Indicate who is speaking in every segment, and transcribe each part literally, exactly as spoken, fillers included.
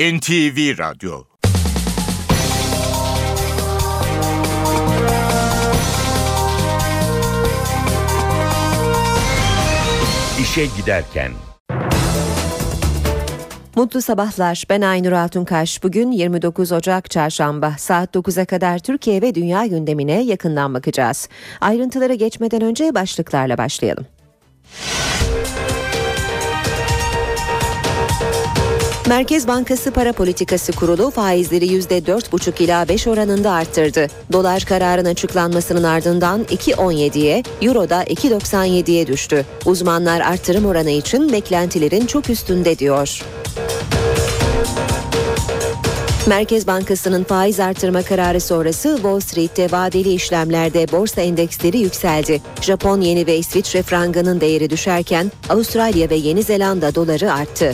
Speaker 1: N T V Radyo. İşe giderken.
Speaker 2: Mutlu sabahlar. Ben Aynur Altunkaş. Bugün yirmi dokuz Ocak Çarşamba. Saat dokuza kadar Türkiye ve dünya gündemine yakından bakacağız. Ayrıntılara geçmeden önce başlıklarla başlayalım. Merkez Bankası Para Politikası Kurulu faizleri yüzde dört buçuk ila beş oranında arttırdı. Dolar kararın açıklanmasının ardından iki virgül on yediye, Euro da iki virgül doksan yediye düştü. Uzmanlar artırım oranı için beklentilerin çok üstünde diyor. Merkez Bankası'nın faiz artırma kararı sonrası Wall Street'te vadeli işlemlerde borsa endeksleri yükseldi. Japon yeni ve İsviçre frangının değeri düşerken Avustralya ve Yeni Zelanda doları arttı.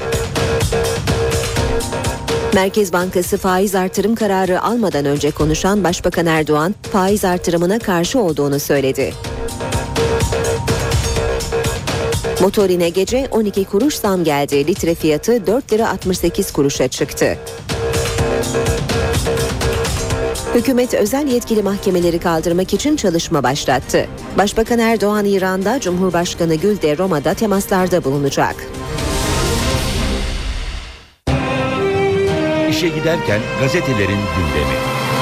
Speaker 2: Merkez Bankası faiz artırım kararı almadan önce konuşan Başbakan Erdoğan, faiz artırımına karşı olduğunu söyledi. Motorine gece on iki kuruş zam geldi. Litre fiyatı dört lira altmış sekiz kuruşa çıktı. Hükümet özel yetkili mahkemeleri kaldırmak için çalışma başlattı. Başbakan Erdoğan İran'da, Cumhurbaşkanı Gül de Roma'da temaslarda bulunacak.
Speaker 1: İşe giderken gazetelerin gündemi.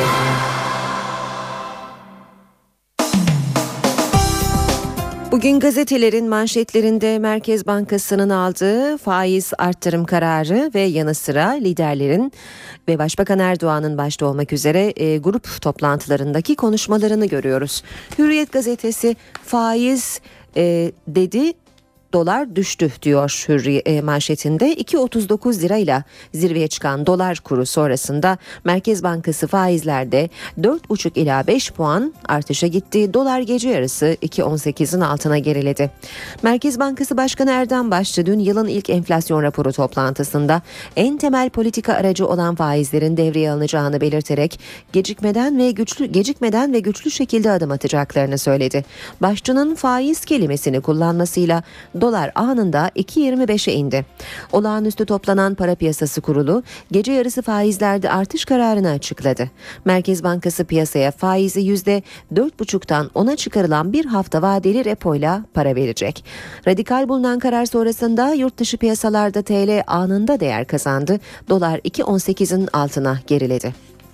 Speaker 2: Bugün gazetelerin manşetlerinde Merkez Bankası'nın aldığı faiz artırım kararı ve yanı sıra liderlerin ve Başbakan Erdoğan'ın başta olmak üzere e, grup toplantılarındaki konuşmalarını görüyoruz. Hürriyet gazetesi faiz e, dedi, dolar düştü diyor Hürriyet e, manşetinde. iki virgül otuz dokuz lirayla zirveye çıkan dolar kuru sonrasında Merkez Bankası faizlerde dört buçuk ila beş puan artışa gitti. Dolar gece yarısı iki virgül on sekizin altına geriledi. Merkez Bankası Başkanı Erdem Başçı dün yılın ilk enflasyon raporu toplantısında en temel politika aracı olan faizlerin devreye alınacağını belirterek gecikmeden ve güçlü gecikmeden ve güçlü şekilde adım atacaklarını söyledi. Başçının faiz kelimesini kullanmasıyla dolar anında iki virgül yirmi beşe indi. Olağanüstü toplanan Para Piyasası Kurulu gece yarısı faizlerde artış kararını açıkladı. Merkez Bankası piyasaya faizi yüzde dört buçuktan ona çıkarılan bir hafta vadeli repoyla para verecek. Radikal bulunan karar sonrasında yurt dışı piyasalarda T L anında değer kazandı. Dolar iki virgül on sekizin altına geriledi.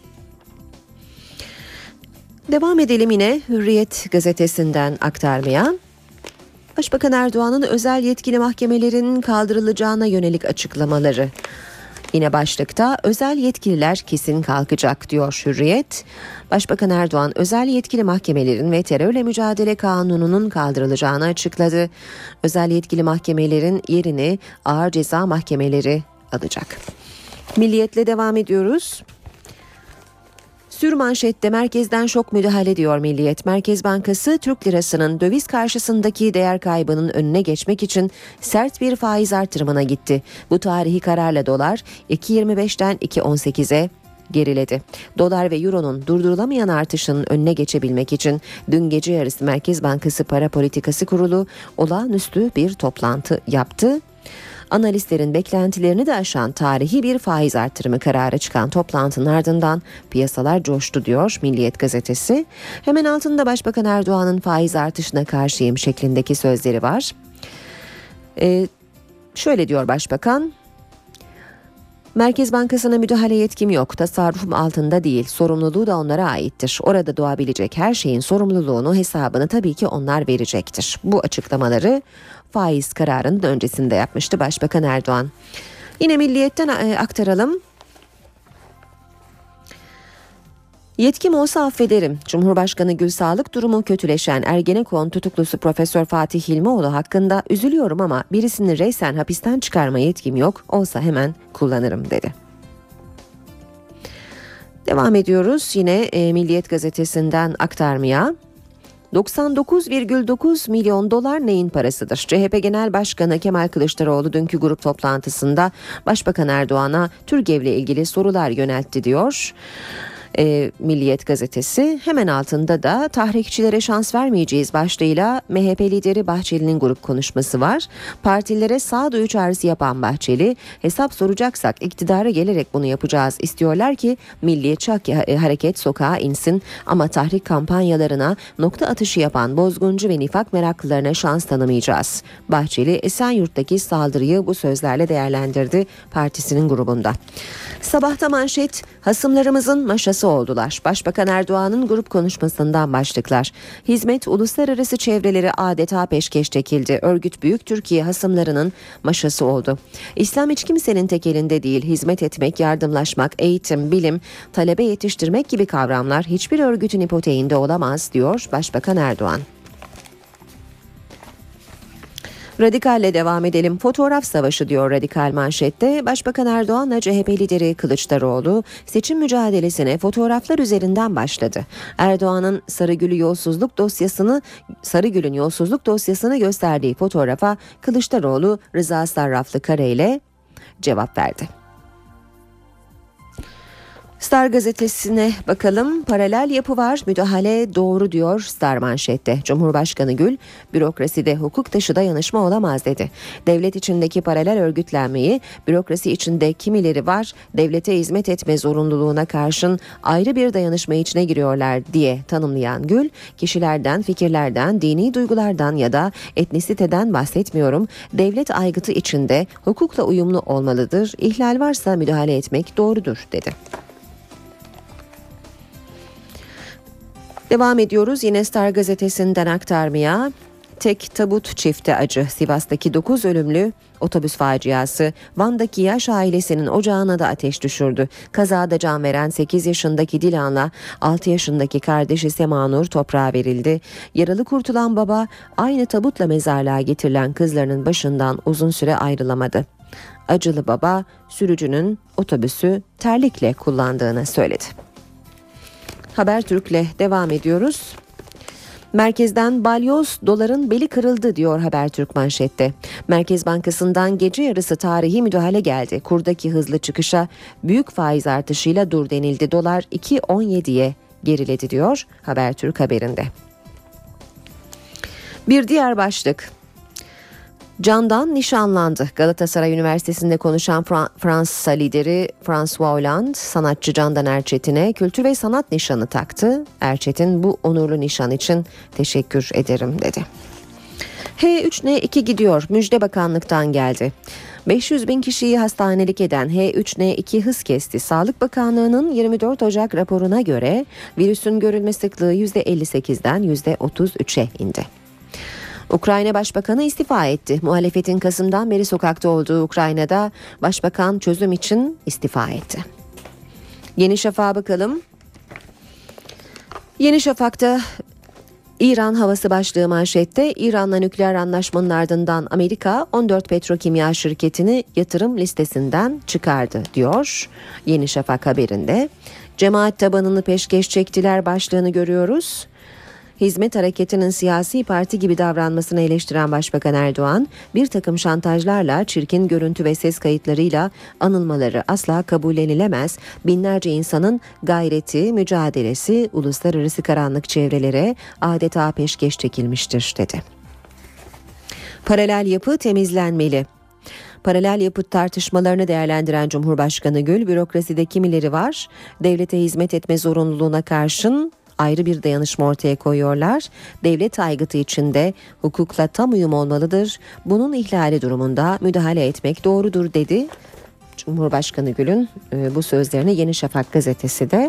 Speaker 2: Devam edelim yine Hürriyet gazetesinden aktarmaya. Başbakan Erdoğan'ın özel yetkili mahkemelerin kaldırılacağına yönelik açıklamaları. Yine başlıkta özel yetkililer kesin kalkacak diyor Hürriyet. Başbakan Erdoğan özel yetkili mahkemelerin ve terörle mücadele kanununun kaldırılacağını açıkladı. Özel yetkili mahkemelerin yerini ağır ceza mahkemeleri alacak. Milliyet'le devam ediyoruz. Sürmanşette merkezden şok müdahale diyor Milliyet. Merkez Bankası Türk lirasının döviz karşısındaki değer kaybının önüne geçmek için sert bir faiz artırımına gitti. Bu tarihi kararla dolar iki virgül yirmi beşten iki virgül on sekize geriledi. Dolar ve Euro'nun durdurulamayan artışının önüne geçebilmek için dün gece yarısı Merkez Bankası Para Politikası Kurulu olağanüstü bir toplantı yaptı. Analistlerin beklentilerini de aşan tarihi bir faiz artırımı kararı çıkan toplantının ardından piyasalar coştu diyor Milliyet gazetesi. Hemen altında Başbakan Erdoğan'ın faiz artışına karşıyım şeklindeki sözleri var. Ee, şöyle diyor Başbakan. Merkez Bankası'na müdahale yetkim yok. Tasarrufum altında değil. Sorumluluğu da onlara aittir. Orada doğabilecek her şeyin sorumluluğunu, hesabını tabii ki onlar verecektir. Bu açıklamaları faiz kararının öncesinde yapmıştı Başbakan Erdoğan. Yine Milliyet'ten aktaralım. Yetkim olsa affederim. Cumhurbaşkanı Gül sağlık durumu kötüleşen Ergenekon tutuklusu Profesör Fatih Hilmioğlu hakkında üzülüyorum ama birisini reysen hapisten çıkarma yetkim yok. Olsa hemen kullanırım dedi. Devam ediyoruz yine e, Milliyet gazetesinden aktarmaya. doksan dokuz virgül dokuz milyon dolar neyin parasıdır? C H P Genel Başkanı Kemal Kılıçdaroğlu dünkü grup toplantısında Başbakan Erdoğan'a Türgev'le ilgili sorular yöneltti diyor. E, Milliyet gazetesi hemen altında da tahrikçilere şans vermeyeceğiz başlığıyla M H P lideri Bahçeli'nin grup konuşması var. Partilere sağduyu çağrısı yapan Bahçeli, hesap soracaksak iktidara gelerek bunu yapacağız. İstiyorlar ki Milliyetçi Hareket sokağa insin ama tahrik kampanyalarına nokta atışı yapan bozguncu ve nifak meraklılarına şans tanımayacağız. Bahçeli Esenyurt'taki saldırıyı bu sözlerle değerlendirdi partisinin grubunda. Sabahta manşet, hasımlarımızın maşası oldular. Başbakan Erdoğan'ın grup konuşmasından başlıklar. Hizmet uluslararası çevreleri adeta peşkeş çekildi. Örgüt Büyük Türkiye hasımlarının maşası oldu. İslam hiç kimsenin tek elinde değil. Hizmet etmek, yardımlaşmak, eğitim, bilim, talebe yetiştirmek gibi kavramlar hiçbir örgütün ipoteğinde olamaz diyor Başbakan Erdoğan. Radikalle devam edelim. Fotoğraf savaşı diyor Radikal manşette. Başbakan Erdoğan'la C H P lideri Kılıçdaroğlu seçim mücadelesine fotoğraflar üzerinden başladı. Erdoğan'ın Sarıgül'ü yolsuzluk dosyasını Sarıgül'ün yolsuzluk dosyasını gösterdiği fotoğrafa Kılıçdaroğlu Rıza Sarraflı Kare ile cevap verdi. Star gazetesine bakalım. Paralel yapı var, müdahale doğru diyor Star manşette. Cumhurbaşkanı Gül, bürokraside hukuk dışı dayanışma olamaz dedi. Devlet içindeki paralel örgütlenmeyi, bürokrasi içinde kimileri var, devlete hizmet etme zorunluluğuna karşın ayrı bir dayanışma içine giriyorlar diye tanımlayan Gül, kişilerden, fikirlerden, dini duygulardan ya da etnisiteden bahsetmiyorum. Devlet aygıtı içinde hukukla uyumlu olmalıdır. İhlal varsa müdahale etmek doğrudur dedi. Devam ediyoruz yine Star gazetesinden aktarmaya. Tek tabut çifte acı. Sivas'taki dokuz ölümlü otobüs faciası Van'daki yaş ailesinin ocağına da ateş düşürdü. Kazada can veren sekiz yaşındaki Dilan'la altı yaşındaki kardeşi Semanur toprağa verildi. Yaralı kurtulan baba aynı tabutla mezarlığa getirilen kızlarının başından uzun süre ayrılamadı. Acılı baba sürücünün otobüsü terlikle kullandığını söyledi. Habertürk'le devam ediyoruz. Merkezden balyoz, doların beli kırıldı diyor Habertürk manşette. Merkez Bankası'ndan gece yarısı tarihi müdahale geldi. Kurdaki hızlı çıkışa büyük faiz artışıyla dur denildi. Dolar iki virgül on yediye geriledi diyor Habertürk haberinde. Bir diğer başlık. Candan nişanlandı. Galatasaray Üniversitesi'nde konuşan Fra- Fransa lideri François Hollande, sanatçı Candan Erçetin'e kültür ve sanat nişanı taktı. Erçetin bu onurlu nişan için teşekkür ederim dedi. H üç N iki gidiyor. Müjde Bakanlık'tan geldi. beş yüz bin kişiyi hastanelik eden H üç N iki hız kesti. Sağlık Bakanlığı'nın yirmi dört Ocak raporuna göre virüsün görülme sıklığı yüzde elli sekizden yüzde otuz üçe indi. Ukrayna Başbakanı istifa etti. Muhalefetin Kasım'dan beri sokakta olduğu Ukrayna'da Başbakan çözüm için istifa etti. Yeni Şafak'a bakalım. Yeni Şafak'ta İran havası başlığı manşette. İran'la nükleer anlaşmanın ardından Amerika on dört petrokimya şirketini yatırım listesinden çıkardı diyor Yeni Şafak haberinde. Cemaat tabanını peşkeş çektiler başlığını görüyoruz. Hizmet hareketinin siyasi parti gibi davranmasını eleştiren Başbakan Erdoğan, bir takım şantajlarla, çirkin görüntü ve ses kayıtlarıyla anılmaları asla kabullenilemez. Binlerce insanın gayreti, mücadelesi uluslararası karanlık çevrelere adeta peşkeş çekilmiştir dedi. Paralel yapı temizlenmeli. Paralel yapı tartışmalarını değerlendiren Cumhurbaşkanı Gül, bürokraside kimileri var, devlete hizmet etme zorunluluğuna karşın ayrı bir dayanışma ortaya koyuyorlar. Devlet aygıtı içinde hukukla tam uyum olmalıdır. Bunun ihlali durumunda müdahale etmek doğrudur dedi. Cumhurbaşkanı Gül'ün bu sözlerini Yeni Şafak gazetesi de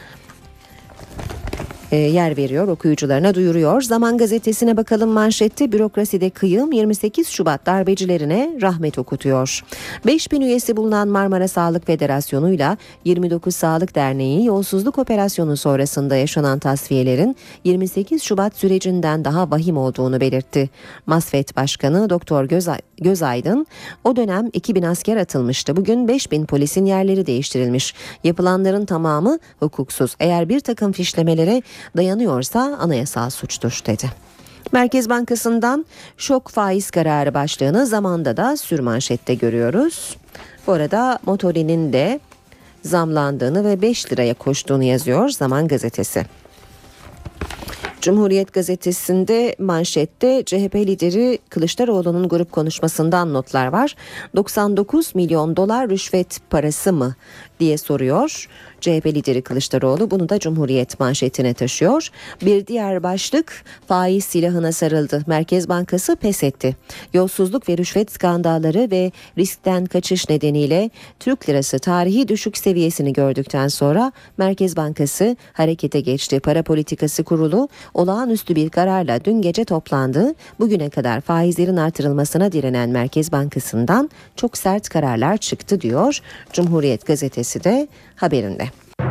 Speaker 2: yer veriyor, okuyucularına duyuruyor. Zaman gazetesine bakalım manşette. Bürokraside kıyım yirmi sekiz Şubat darbecilerine rahmet okutuyor. beş bin üyesi bulunan Marmara Sağlık Federasyonu'yla yirmi dokuz Sağlık Derneği yolsuzluk operasyonu sonrasında yaşanan tasfiyelerin yirmi sekiz Şubat sürecinden daha vahim olduğunu belirtti. MASFET Başkanı Doktor Gözay- Gözaydın, o dönem iki bin asker atılmıştı. Bugün beş bin polisin yerleri değiştirilmiş. Yapılanların tamamı hukuksuz. Eğer bir takım fişlemelere dayanıyorsa anayasal suçtur dedi. Merkez Bankası'ndan şok faiz kararı başlığını Zaman'da da sürmanşette görüyoruz. Bu arada Motori'nin de zamlandığını ve beş liraya koştuğunu yazıyor Zaman Gazetesi. Cumhuriyet Gazetesi'nde manşette C H P lideri Kılıçdaroğlu'nun grup konuşmasından notlar var. doksan dokuz milyon dolar rüşvet parası mı diye soruyor. C H P lideri Kılıçdaroğlu bunu da Cumhuriyet manşetine taşıyor. Bir diğer başlık, faiz silahına sarıldı. Merkez Bankası pes etti. Yolsuzluk ve rüşvet skandalları ve riskten kaçış nedeniyle Türk lirası tarihi düşük seviyesini gördükten sonra Merkez Bankası harekete geçti. Para Politikası Kurulu olağanüstü bir kararla dün gece toplandı. Bugüne kadar faizlerin artırılmasına direnen Merkez Bankası'ndan çok sert kararlar çıktı diyor Cumhuriyet Gazetesi de haberinde.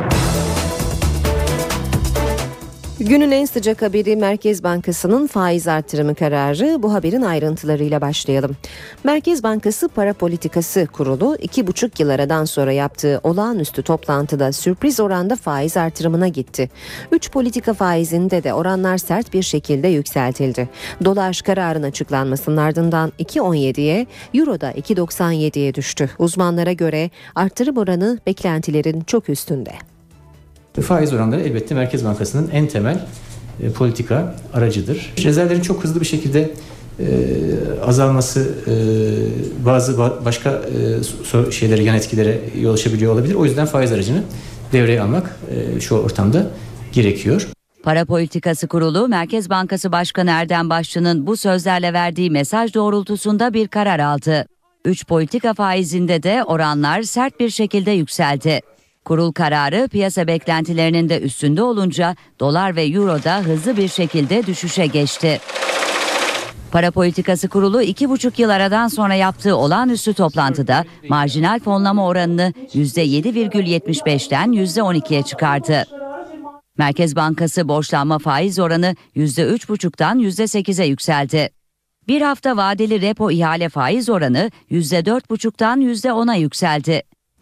Speaker 2: Günün en sıcak haberi Merkez Bankası'nın faiz artırımı kararı. Bu haberin ayrıntılarıyla başlayalım. Merkez Bankası Para Politikası Kurulu iki buçuk yıl aradan sonra yaptığı olağanüstü toplantıda sürpriz oranda faiz artırımına gitti. üç politika faizinde de oranlar sert bir şekilde yükseltildi. Dolar kararın açıklanmasının ardından iki virgül on yediye, Euro da iki virgül doksan yediye düştü. Uzmanlara göre artırım oranı beklentilerin çok üstünde.
Speaker 3: Faiz oranları elbette Merkez Bankası'nın en temel e, politika aracıdır. Rezervlerin çok hızlı bir şekilde e, azalması e, bazı ba- başka e, so- şeylere, yan etkilere yol açabiliyor olabilir. O yüzden faiz aracını devreye almak e, şu ortamda gerekiyor.
Speaker 4: Para Politikası Kurulu, Merkez Bankası Başkanı Erdem Başçı'nın bu sözlerle verdiği mesaj doğrultusunda bir karar aldı. üç politika faizinde de oranlar sert bir şekilde yükseldi. Kurul kararı piyasa beklentilerinin de üstünde olunca dolar ve euro da hızlı bir şekilde düşüşe geçti. Para Politikası Kurulu iki buçuk yıl aradan sonra yaptığı olağanüstü toplantıda marjinal fonlama oranını yüzde yedi virgül yetmiş beşten yüzde on ikiye çıkardı. Merkez Bankası borçlanma faiz oranı yüzde üç buçuktan yüzde sekize yükseldi. Bir hafta vadeli repo ihale faiz oranı yüzde dört buçuktan yüzde ona yükseldi.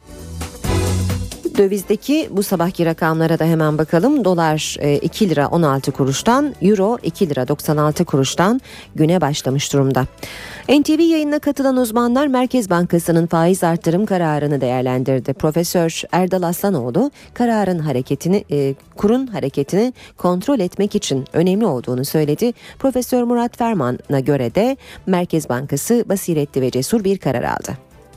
Speaker 2: Dövizdeki bu sabahki rakamlara da hemen bakalım. Dolar iki lira on altı kuruştan, Euro iki lira doksan altı kuruştan güne başlamış durumda. N T V yayınına katılan uzmanlar Merkez Bankası'nın faiz artırım kararını değerlendirdi. Profesör Erdal Aslanoğlu kararın hareketini, e, kurun hareketini kontrol etmek için önemli olduğunu söyledi. Profesör Murat Ferman'a göre de Merkez Bankası basiretli ve cesur bir karar aldı.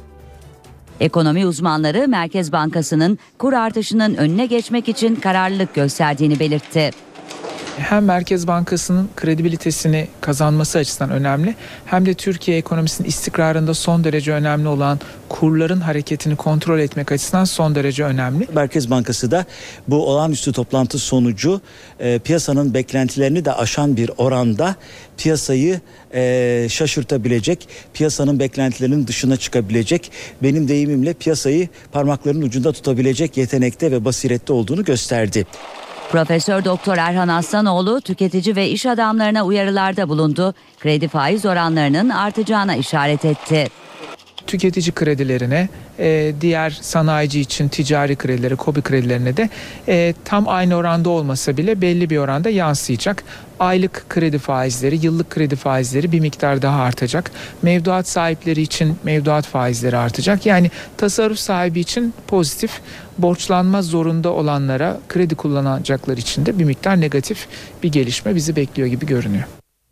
Speaker 4: Ekonomi uzmanları Merkez Bankası'nın kur artışının önüne geçmek için kararlılık gösterdiğini belirtti.
Speaker 5: Hem Merkez Bankası'nın kredibilitesini kazanması açısından önemli, hem de Türkiye ekonomisinin istikrarında son derece önemli olan kurların hareketini kontrol etmek açısından son derece önemli.
Speaker 6: Merkez Bankası da bu olağanüstü toplantı sonucu e, piyasanın beklentilerini de aşan bir oranda piyasayı e, şaşırtabilecek, piyasanın beklentilerinin dışına çıkabilecek, benim deyimimle piyasayı parmaklarının ucunda tutabilecek yetenekte ve basirette olduğunu gösterdi.
Speaker 4: Profesör Doktor Erhan Aslanoğlu tüketici ve iş adamlarına uyarılarda bulundu. Kredi faiz oranlarının artacağına işaret etti.
Speaker 5: Tüketici kredilerine, e, diğer sanayici için ticari kredilere, KOBİ kredilerine de e, tam aynı oranda olmasa bile belli bir oranda yansıyacak. Aylık kredi faizleri, yıllık kredi faizleri bir miktar daha artacak. Mevduat sahipleri için mevduat faizleri artacak. Yani tasarruf sahibi için pozitif, borçlanma zorunda olanlara, kredi kullanacaklar için de bir miktar negatif bir gelişme bizi bekliyor gibi görünüyor.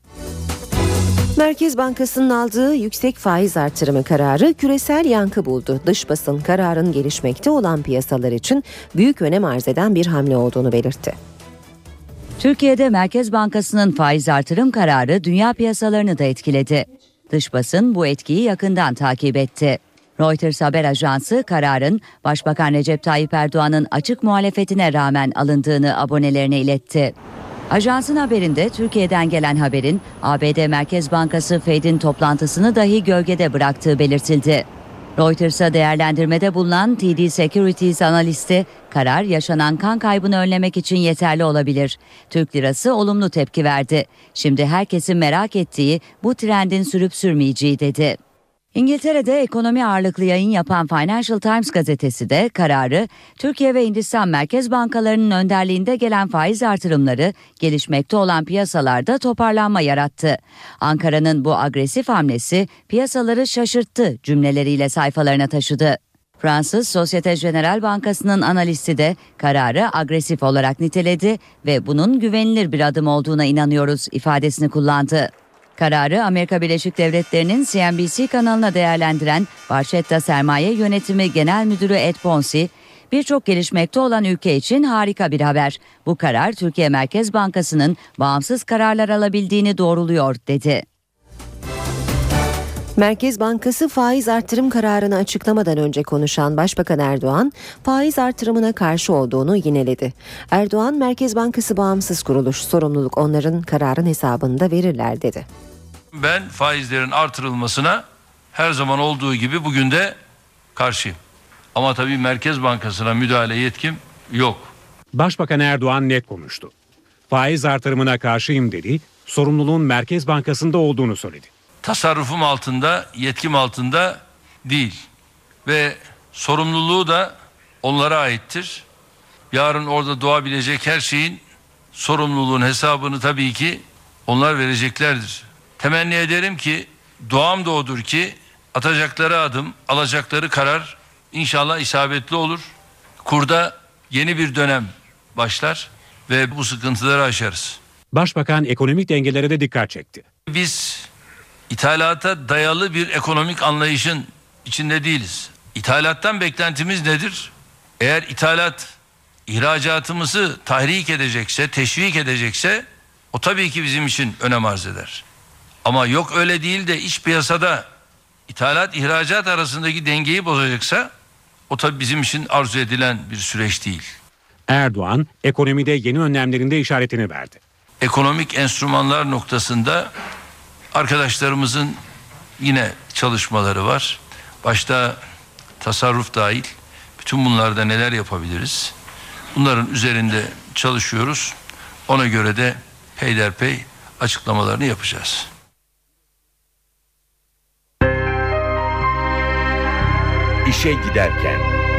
Speaker 2: Merkez Bankası'nın aldığı yüksek faiz artırımı kararı küresel yankı buldu. Dış basın kararın gelişmekte olan piyasalar için büyük önem arz eden bir hamle olduğunu belirtti.
Speaker 4: Türkiye'de Merkez Bankası'nın faiz artırım kararı dünya piyasalarını da etkiledi. Dış basın bu etkiyi yakından takip etti. Reuters haber ajansı kararın Başbakan Recep Tayyip Erdoğan'ın açık muhalefetine rağmen alındığını abonelerine iletti. Ajansın haberinde Türkiye'den gelen haberin A B D Merkez Bankası Fed'in toplantısını dahi gölgede bıraktığı belirtildi. Reuters'a değerlendirmede bulunan T D Securities analisti, karar yaşanan kan kaybını önlemek için yeterli olabilir. Türk lirası olumlu tepki verdi. Şimdi herkesin merak ettiği bu trendin sürüp sürmeyeceği dedi. İngiltere'de ekonomi ağırlıklı yayın yapan Financial Times gazetesi de kararı, Türkiye ve Hindistan merkez bankalarının önderliğinde gelen faiz artırımları gelişmekte olan piyasalarda toparlanma yarattı. Ankara'nın bu agresif hamlesi piyasaları şaşırttı cümleleriyle sayfalarına taşıdı. Fransız Societe Generale Bankası'nın analisti de kararı agresif olarak niteledi ve bunun güvenilir bir adım olduğuna inanıyoruz ifadesini kullandı. Kararı Amerika Birleşik Devletleri'nin C N B C kanalına değerlendiren Barchetta Sermaye Yönetimi Genel Müdürü Ed Ponsi, birçok gelişmekte olan ülke için harika bir haber. Bu karar Türkiye Merkez Bankası'nın bağımsız kararlar alabildiğini doğruluyor dedi.
Speaker 2: Merkez Bankası faiz artırım kararını açıklamadan önce konuşan Başbakan Erdoğan, faiz artırımına karşı olduğunu yineledi. Erdoğan, Merkez Bankası bağımsız kuruluş, sorumluluk onların kararın hesabında verirler dedi.
Speaker 7: Ben faizlerin artırılmasına her zaman olduğu gibi bugün de karşıyım. Ama tabii Merkez Bankası'na müdahale yetkim yok.
Speaker 8: Başbakan Erdoğan net konuştu. Faiz artırımına karşıyım dedi, sorumluluğun Merkez Bankası'nda olduğunu söyledi.
Speaker 7: Tasarrufum altında, yetkim altında değil ve sorumluluğu da onlara aittir. Yarın orada doğabilecek her şeyin sorumluluğun hesabını tabii ki onlar vereceklerdir. Temenni ederim ki doğam da odur ki atacakları adım, alacakları karar İnşallah isabetli olur. Kurda yeni bir dönem başlar ve bu sıkıntıları aşarız.
Speaker 8: Başbakan ekonomik dengelere de dikkat çekti.
Speaker 7: Biz ithalata dayalı bir ekonomik anlayışın içinde değiliz. İthalattan beklentimiz nedir? Eğer ithalat ihracatımızı tahrik edecekse, teşvik edecekse o tabii ki bizim için önem arz eder. Ama yok öyle değil de iç piyasada ithalat ihracat arasındaki dengeyi bozacaksa o tabii bizim için arzu edilen bir süreç değil.
Speaker 8: Erdoğan ekonomide yeni önlemlerinde işaretini verdi.
Speaker 7: Ekonomik enstrümanlar noktasında arkadaşlarımızın yine çalışmaları var. Başta tasarruf dahil bütün bunlarda neler yapabiliriz? Bunların üzerinde çalışıyoruz. Ona göre de peyderpey açıklamalarını yapacağız.
Speaker 1: İşe giderken.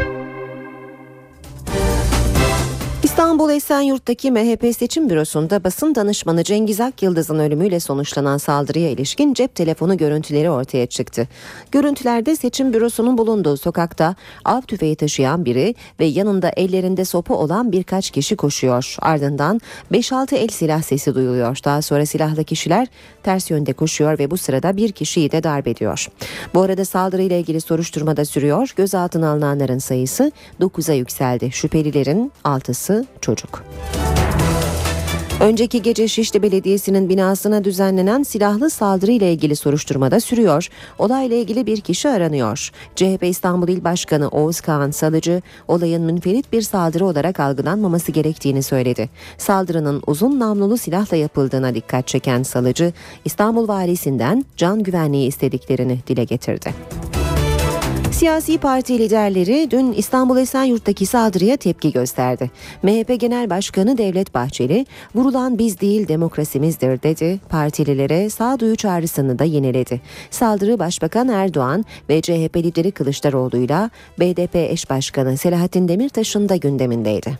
Speaker 2: İstanbul Esenyurt'taki M H P seçim bürosunda basın danışmanı Cengiz Akyıldız'ın ölümüyle sonuçlanan saldırıya ilişkin cep telefonu görüntüleri ortaya çıktı. Görüntülerde seçim bürosunun bulunduğu sokakta av tüfeği taşıyan biri ve yanında ellerinde sopa olan birkaç kişi koşuyor. Ardından beş altı el silah sesi duyuluyor. Daha sonra silahlı kişiler ters yönde koşuyor ve bu sırada bir kişiyi de darp ediyor. Bu arada saldırıyla ilgili soruşturma da sürüyor. Gözaltına alınanların sayısı dokuza yükseldi. Şüphelilerin altısı çocuk. Önceki gece Şişli Belediyesi'nin binasına düzenlenen silahlı saldırıyla ilgili soruşturma da sürüyor. Olayla ilgili bir kişi aranıyor. C H P İstanbul İl Başkanı Oğuz Kağan Salıcı, olayın münferit bir saldırı olarak algılanmaması gerektiğini söyledi. Saldırının uzun namlulu silahla yapıldığına dikkat çeken Salıcı, İstanbul Valisinden can güvenliği istediklerini dile getirdi. Siyasi parti liderleri dün İstanbul Esenyurt'taki saldırıya tepki gösterdi. M H P Genel Başkanı Devlet Bahçeli, vurulan biz değil demokrasimizdir dedi. Partililere sağduyu çağrısını da yineledi. Saldırı Başbakan Erdoğan ve C H P lideri Kılıçdaroğlu'yla B D P eş başkanı Selahattin Demirtaş'ın da gündemindeydi.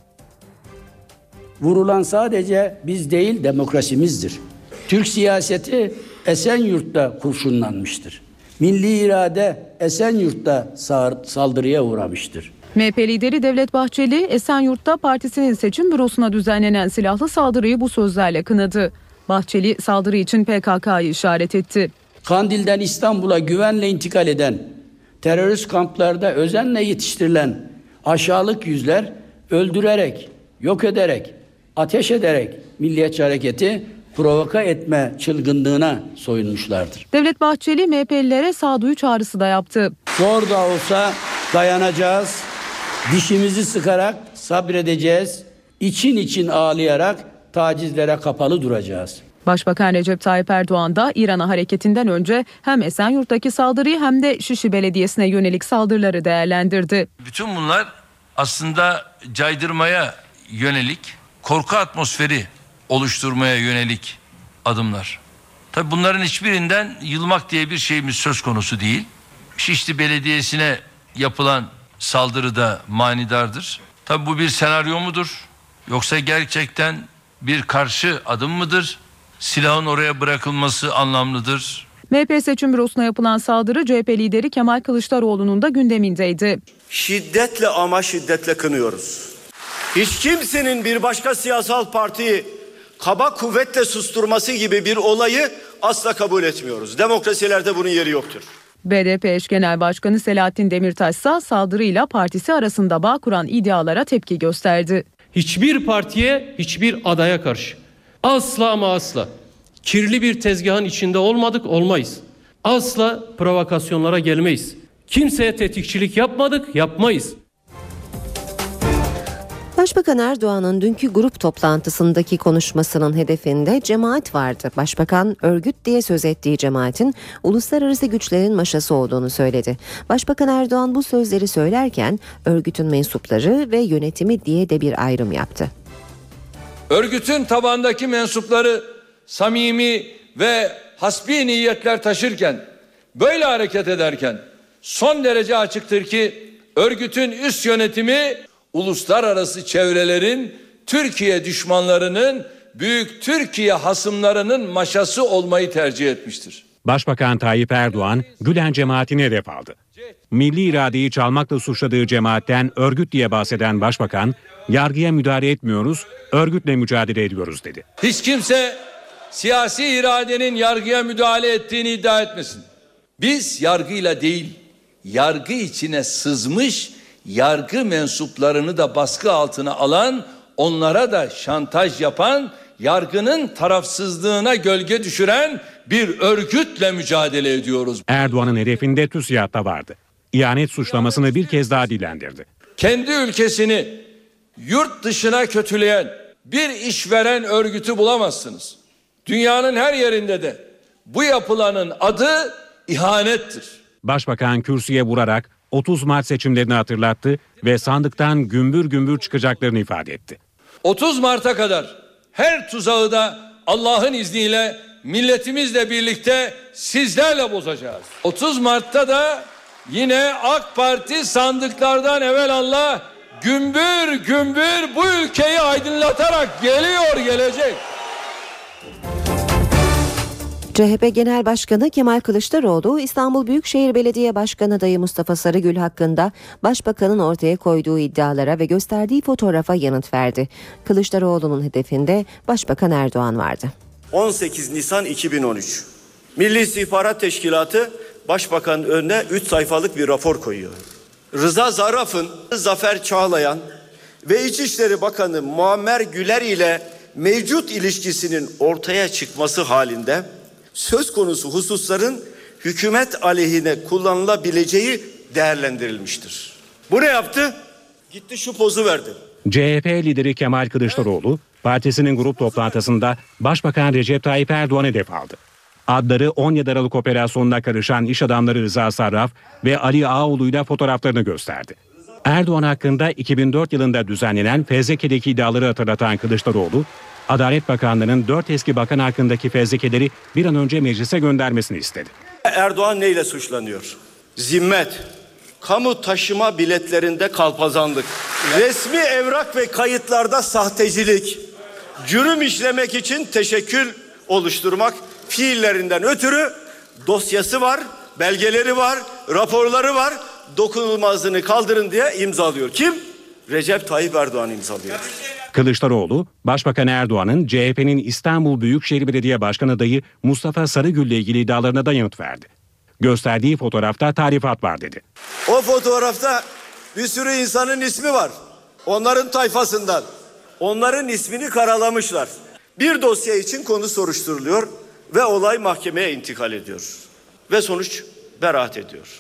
Speaker 9: Vurulan sadece biz değil demokrasimizdir. Türk siyaseti Esenyurt'ta kurşunlanmıştır. Milli irade Esenyurt'ta saldırıya uğramıştır.
Speaker 10: M H P lideri Devlet Bahçeli, Esenyurt'ta partisinin seçim bürosuna düzenlenen silahlı saldırıyı bu sözlerle kınadı. Bahçeli saldırı için P K K'yı işaret etti.
Speaker 9: Kandil'den İstanbul'a güvenle intikal eden, terörist kamplarda özenle yetiştirilen aşağılık yüzler öldürerek, yok ederek, ateş ederek Milliyetçi Hareketi provoka etme çılgınlığına soyunmuşlardır.
Speaker 10: Devlet Bahçeli M H P'lilere sağduyu çağrısı da yaptı.
Speaker 9: Zor da olsa dayanacağız, dişimizi sıkarak sabredeceğiz, için için ağlayarak tacizlere kapalı duracağız.
Speaker 10: Başbakan Recep Tayyip Erdoğan da İran'a hareketinden önce hem Esenyurt'taki saldırıyı hem de Şişli Belediyesi'ne yönelik saldırıları değerlendirdi.
Speaker 7: Bütün bunlar aslında caydırmaya yönelik, korku atmosferi oluşturmaya yönelik adımlar. Tabii bunların hiçbirinden yılmak diye bir şeyimiz söz konusu değil. Şişli Belediyesi'ne yapılan saldırı da manidardır. Tabii bu bir senaryo mudur? Yoksa gerçekten bir karşı adım mıdır? Silahın oraya bırakılması anlamlıdır.
Speaker 10: M H P seçim bürosuna yapılan saldırı C H P lideri Kemal Kılıçdaroğlu'nun da gündemindeydi.
Speaker 11: Şiddetle ama şiddetle kınıyoruz. Hiç kimsenin bir başka siyasal partiyi kaba kuvvetle susturması gibi bir olayı asla kabul etmiyoruz. Demokrasilerde bunun yeri yoktur.
Speaker 10: B D P eş genel başkanı Selahattin Demirtaş ise saldırıyla partisi arasında bağ kuran iddialara tepki gösterdi.
Speaker 12: Hiçbir partiye, hiçbir adaya karşı asla ama asla kirli bir tezgahın içinde olmadık, olmayız. Asla provokasyonlara gelmeyiz. Kimseye tetikçilik yapmadık, yapmayız.
Speaker 2: Başbakan Erdoğan'ın dünkü grup toplantısındaki konuşmasının hedefinde cemaat vardı. Başbakan örgüt diye söz ettiği cemaatin uluslararası güçlerin maşası olduğunu söyledi. Başbakan Erdoğan bu sözleri söylerken örgütün mensupları ve yönetimi diye de bir ayrım yaptı.
Speaker 7: Örgütün tabandaki mensupları samimi ve hasbi niyetler taşırken, böyle hareket ederken son derece açıktır ki örgütün üst yönetimi uluslararası çevrelerin, Türkiye düşmanlarının, büyük Türkiye hasımlarının maşası olmayı tercih etmiştir.
Speaker 8: Başbakan Tayyip Erdoğan, Gülen cemaatine hedef aldı. Milli iradeyi çalmakla suçladığı cemaatten örgüt diye bahseden Başbakan, yargıya müdahale etmiyoruz, örgütle mücadele ediyoruz dedi.
Speaker 7: Hiç kimse siyasi iradenin yargıya müdahale ettiğini iddia etmesin. Biz yargıyla değil, yargı içine sızmış, yargı mensuplarını da baskı altına alan, onlara da şantaj yapan, yargının tarafsızlığına gölge düşüren bir örgütle mücadele ediyoruz.
Speaker 8: Erdoğan'ın hedefinde TÜSİAD da vardı. İhanet suçlamasını bir kez daha dillendirdi.
Speaker 7: Kendi ülkesini yurt dışına kötüleyen bir işveren örgütü bulamazsınız. Dünyanın her yerinde de bu yapılanın adı ihanettir.
Speaker 8: Başbakan kürsüye vurarak otuz Mart seçimlerini hatırlattı ve sandıktan gümbür gümbür çıkacaklarını ifade etti.
Speaker 7: otuz Mart'a kadar her tuzağı da Allah'ın izniyle milletimizle birlikte sizlerle bozacağız. otuz Mart'ta da yine AK Parti sandıklardan evvelallah gümbür gümbür bu ülkeyi aydınlatarak geliyor, gelecek.
Speaker 2: C H P Genel Başkanı Kemal Kılıçdaroğlu, İstanbul Büyükşehir Belediye Başkanı adayı Mustafa Sarıgül hakkında Başbakan'ın ortaya koyduğu iddialara ve gösterdiği fotoğrafa yanıt verdi. Kılıçdaroğlu'nun hedefinde Başbakan Erdoğan vardı.
Speaker 11: on sekiz Nisan iki bin on üç Milli İstihbarat Teşkilatı Başbakan'ın önüne üç sayfalık bir rapor koyuyor. Rıza Zarraf'ın, Zafer Çağlayan ve İçişleri Bakanı Muammer Güler ile mevcut ilişkisinin ortaya çıkması halinde söz konusu hususların hükümet aleyhine kullanılabileceği değerlendirilmiştir. Bu ne yaptı? Gitti şu pozu verdi.
Speaker 8: C H P lideri Kemal Kılıçdaroğlu, partisinin grup toplantısında Başbakan Recep Tayyip Erdoğan'a hedef aldı. Adları on yedi Aralık operasyonuna karışan iş adamları Rıza Sarraf ve Ali Ağaoğlu'yla fotoğraflarını gösterdi. Erdoğan hakkında iki bin dört yılında düzenlenen fezlekedeki iddiaları hatırlatan Kılıçdaroğlu, Adalet Bakanlığı'nın dört eski bakan hakkındaki fezlekeleri bir an önce meclise göndermesini istedi.
Speaker 11: Erdoğan neyle suçlanıyor? Zimmet, kamu taşıma biletlerinde kalpazanlık, resmi evrak ve kayıtlarda sahtecilik, cürüm işlemek için teşekkül oluşturmak fiillerinden ötürü dosyası var, belgeleri var, raporları var. Dokunulmazlığını kaldırın diye imzalıyor. Kim? Recep Tayyip Erdoğan imzalıyor.
Speaker 8: Kılıçdaroğlu, Başbakan Erdoğan'ın C H P'nin İstanbul Büyükşehir Belediye Başkanı adayı Mustafa Sarıgül ile ilgili iddialarına da yanıt verdi. Gösterdiği fotoğrafta tarifat var dedi.
Speaker 11: O fotoğrafta bir sürü insanın ismi var. Onların tayfasından. Onların ismini karalamışlar. Bir dosya için konu soruşturuluyor ve olay mahkemeye intikal ediyor. Ve sonuç beraat ediyor.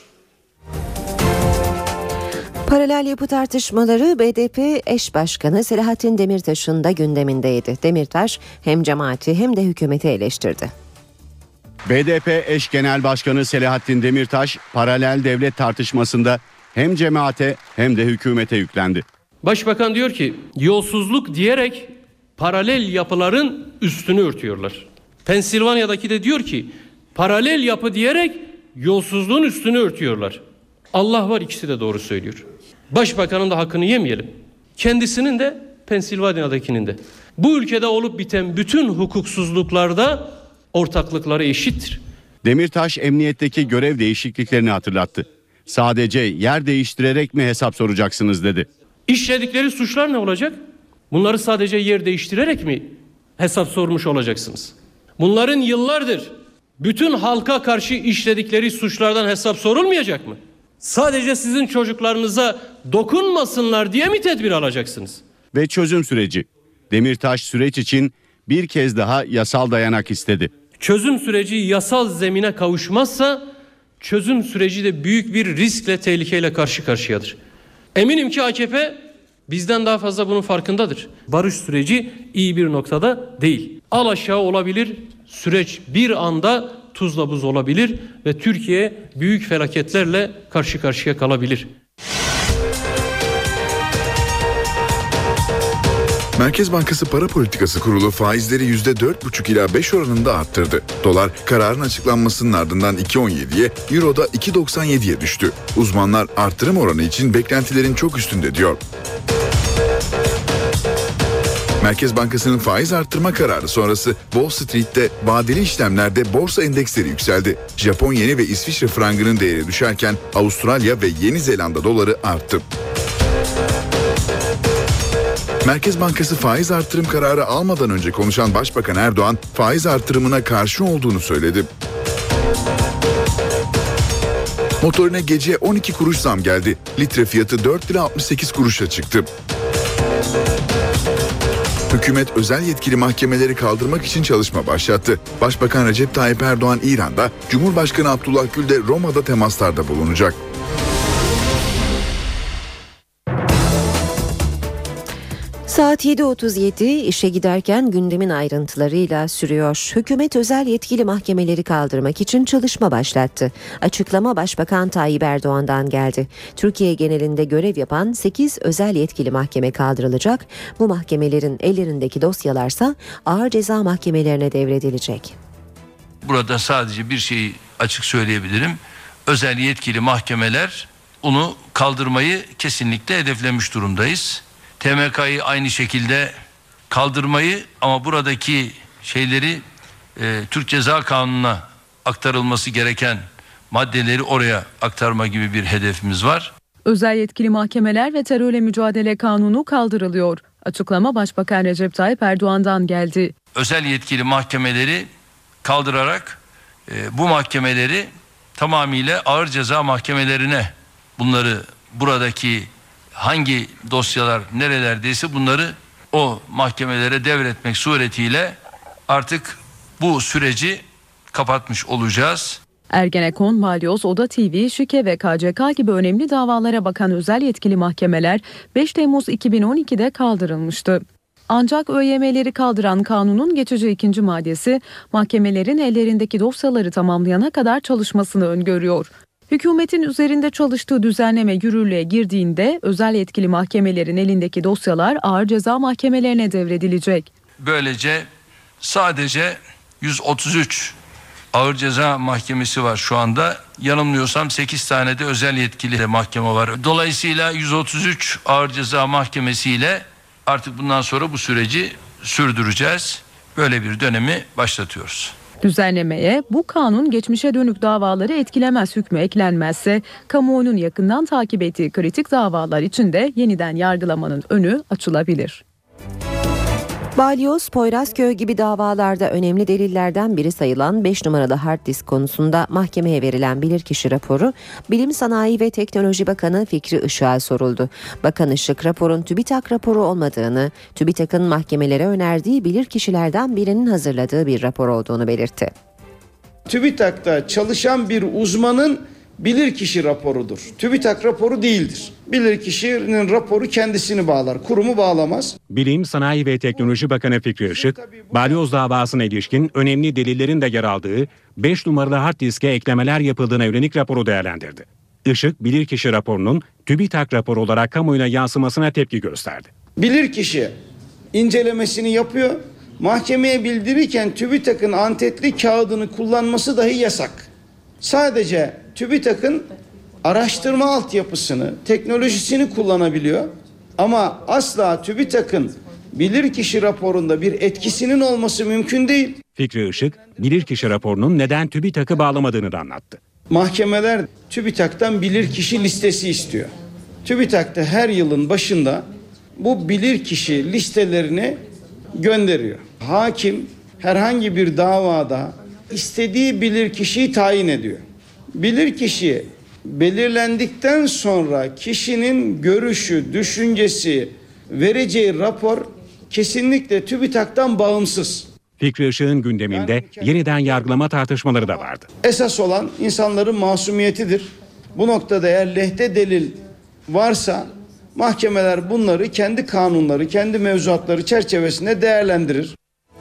Speaker 2: Paralel yapı tartışmaları B D P eş başkanı Selahattin Demirtaş'ın da gündemindeydi. Demirtaş hem cemaati hem de hükümeti eleştirdi.
Speaker 13: B D P eş genel başkanı Selahattin Demirtaş paralel devlet tartışmasında hem cemaate hem de hükümete yüklendi.
Speaker 12: Başbakan diyor ki yolsuzluk diyerek paralel yapıların üstünü örtüyorlar. Pensilvanya'daki de diyor ki paralel yapı diyerek yolsuzluğun üstünü örtüyorlar. Allah var, ikisi de doğru söylüyor. Başbakanın da hakkını yemeyelim. Kendisinin de Pensilvanya'dakinin de. Bu ülkede olup biten bütün hukuksuzluklarda ortaklıkları eşittir.
Speaker 13: Demirtaş emniyetteki görev değişikliklerini hatırlattı. Sadece yer değiştirerek mi hesap soracaksınız dedi.
Speaker 12: İşledikleri suçlar ne olacak? Bunları sadece yer değiştirerek mi hesap sormuş olacaksınız? Bunların yıllardır bütün halka karşı işledikleri suçlardan hesap sorulmayacak mı? Sadece sizin çocuklarınıza dokunmasınlar diye mi tedbir alacaksınız?
Speaker 13: Ve çözüm süreci. Demirtaş süreç için bir kez daha yasal dayanak istedi.
Speaker 12: Çözüm süreci yasal zemine kavuşmazsa çözüm süreci de büyük bir riskle, tehlikeyle karşı karşıyadır. Eminim ki A K P bizden daha fazla bunun farkındadır. Barış süreci iyi bir noktada değil. Al aşağı olabilir, süreç bir anda tuzla buz olabilir ve Türkiye büyük felaketlerle karşı karşıya kalabilir.
Speaker 14: Merkez Bankası Para Politikası Kurulu faizleri yüzde dört buçuk ila beş oranında arttırdı. Dolar kararın açıklanmasının ardından iki virgül on yediye, Euro da iki virgül doksan yediye düştü. Uzmanlar artırım oranı için beklentilerin çok üstünde diyor. Merkez Bankası'nın faiz arttırma kararı sonrası Wall Street'te vadeli işlemlerde borsa endeksleri yükseldi. Japon yeni ve İsviçre frangının değeri düşerken Avustralya ve Yeni Zelanda doları arttı. Merkez Bankası faiz artırım kararı almadan önce konuşan Başbakan Erdoğan faiz artırımına karşı olduğunu söyledi. Motorine gece on iki kuruş zam geldi. Litre fiyatı dört lira altmış sekiz kuruşa çıktı. Hükümet özel yetkili mahkemeleri kaldırmak için çalışma başlattı. Başbakan Recep Tayyip Erdoğan İran'da, Cumhurbaşkanı Abdullah Gül de Roma'da temaslarda bulunacak.
Speaker 2: Saat yedi otuz yedi, işe giderken gündemin ayrıntılarıyla sürüyor. Hükümet özel yetkili mahkemeleri kaldırmak için çalışma başlattı. Açıklama Başbakan Tayyip Erdoğan'dan geldi. Türkiye genelinde görev yapan sekiz özel yetkili mahkeme kaldırılacak. Bu mahkemelerin ellerindeki dosyalarsa ağır ceza mahkemelerine devredilecek.
Speaker 7: Burada sadece bir şeyi açık söyleyebilirim. Özel yetkili mahkemeler onu kaldırmayı kesinlikle hedeflemiş durumdayız. T M K'yı aynı şekilde kaldırmayı ama buradaki şeyleri e, Türk Ceza Kanunu'na aktarılması gereken maddeleri oraya aktarma gibi bir hedefimiz var.
Speaker 10: Özel yetkili mahkemeler ve terörle mücadele kanunu kaldırılıyor. Açıklama Başbakan Recep Tayyip Erdoğan'dan geldi.
Speaker 7: Özel yetkili mahkemeleri kaldırarak e, bu mahkemeleri tamamıyla ağır ceza mahkemelerine, bunları buradaki hangi dosyalar nerelerdeyse bunları o mahkemelere devretmek suretiyle artık bu süreci kapatmış olacağız.
Speaker 10: Ergenekon, Balyoz, Oda T V, Şike ve K C K gibi önemli davalara bakan özel yetkili mahkemeler beş Temmuz iki bin on ikide kaldırılmıştı. Ancak Ö Y M'leri kaldıran kanunun geçici ikinci maddesi mahkemelerin ellerindeki dosyaları tamamlayana kadar çalışmasını öngörüyor. Hükümetin üzerinde çalıştığı düzenleme yürürlüğe girdiğinde özel yetkili mahkemelerin elindeki dosyalar ağır ceza mahkemelerine devredilecek.
Speaker 7: Böylece sadece yüz otuz üç ağır ceza mahkemesi var şu anda. Yanılmıyorsam sekiz tane de özel yetkili mahkeme var. Dolayısıyla yüz otuz üç ağır ceza mahkemesiyle artık bundan sonra bu süreci sürdüreceğiz. Böyle bir dönemi başlatıyoruz.
Speaker 10: Düzenlemeye bu kanun geçmişe dönük davaları etkilemez hükmü eklenmezse kamuoyunun yakından takip ettiği kritik davalar için de yeniden yargılamanın önü açılabilir.
Speaker 2: Balyoz, Poyrazköy gibi davalarda önemli delillerden biri sayılan beş numaralı hard disk konusunda mahkemeye verilen bilirkişi raporu Bilim Sanayi ve Teknoloji Bakanı Fikri Işık'a soruldu. Bakan Işık raporun TÜBİTAK raporu olmadığını, TÜBİTAK'ın mahkemelere önerdiği bilirkişilerden birinin hazırladığı bir rapor olduğunu belirtti.
Speaker 15: TÜBİTAK'ta çalışan bir uzmanın bilirkişi raporudur. TÜBİTAK raporu değildir. Bilirkişinin raporu kendisini bağlar, kurumu bağlamaz.
Speaker 8: Bilim, Sanayi ve Teknoloji Bakanı Fikri Işık, Balyoz davasına ilişkin önemli delillerin de yer aldığı beş numaralı hard diske eklemeler yapıldığına yönelik raporu değerlendirdi. Işık, bilirkişi raporunun TÜBİTAK raporu olarak kamuoyuna yansımasına tepki gösterdi.
Speaker 15: Bilirkişi incelemesini yapıyor, mahkemeye bildirirken TÜBİTAK'ın antetli kağıdını kullanması dahi yasak. Sadece TÜBİTAK'ın araştırma altyapısını, teknolojisini kullanabiliyor ama asla TÜBİTAK'ın bilirkişi raporunda bir etkisinin olması mümkün değil.
Speaker 8: Fikri Işık, bilirkişi raporunun neden TÜBİTAK'ı bağlamadığını da anlattı.
Speaker 15: Mahkemeler TÜBİTAK'tan bilirkişi listesi istiyor. TÜBİTAK da her yılın başında bu bilirkişi listelerini gönderiyor. Hakim herhangi bir davada istediği bilirkişiyi tayin ediyor. Bilirkişi belirlendikten sonra kişinin görüşü, düşüncesi, vereceği rapor kesinlikle TÜBİTAK'tan bağımsız.
Speaker 8: Fikri Işık'ın gündeminde yeniden yargılama tartışmaları da vardı.
Speaker 15: Esas olan insanların masumiyetidir. Bu noktada eğer lehte delil varsa mahkemeler bunları kendi kanunları, kendi mevzuatları çerçevesinde değerlendirir.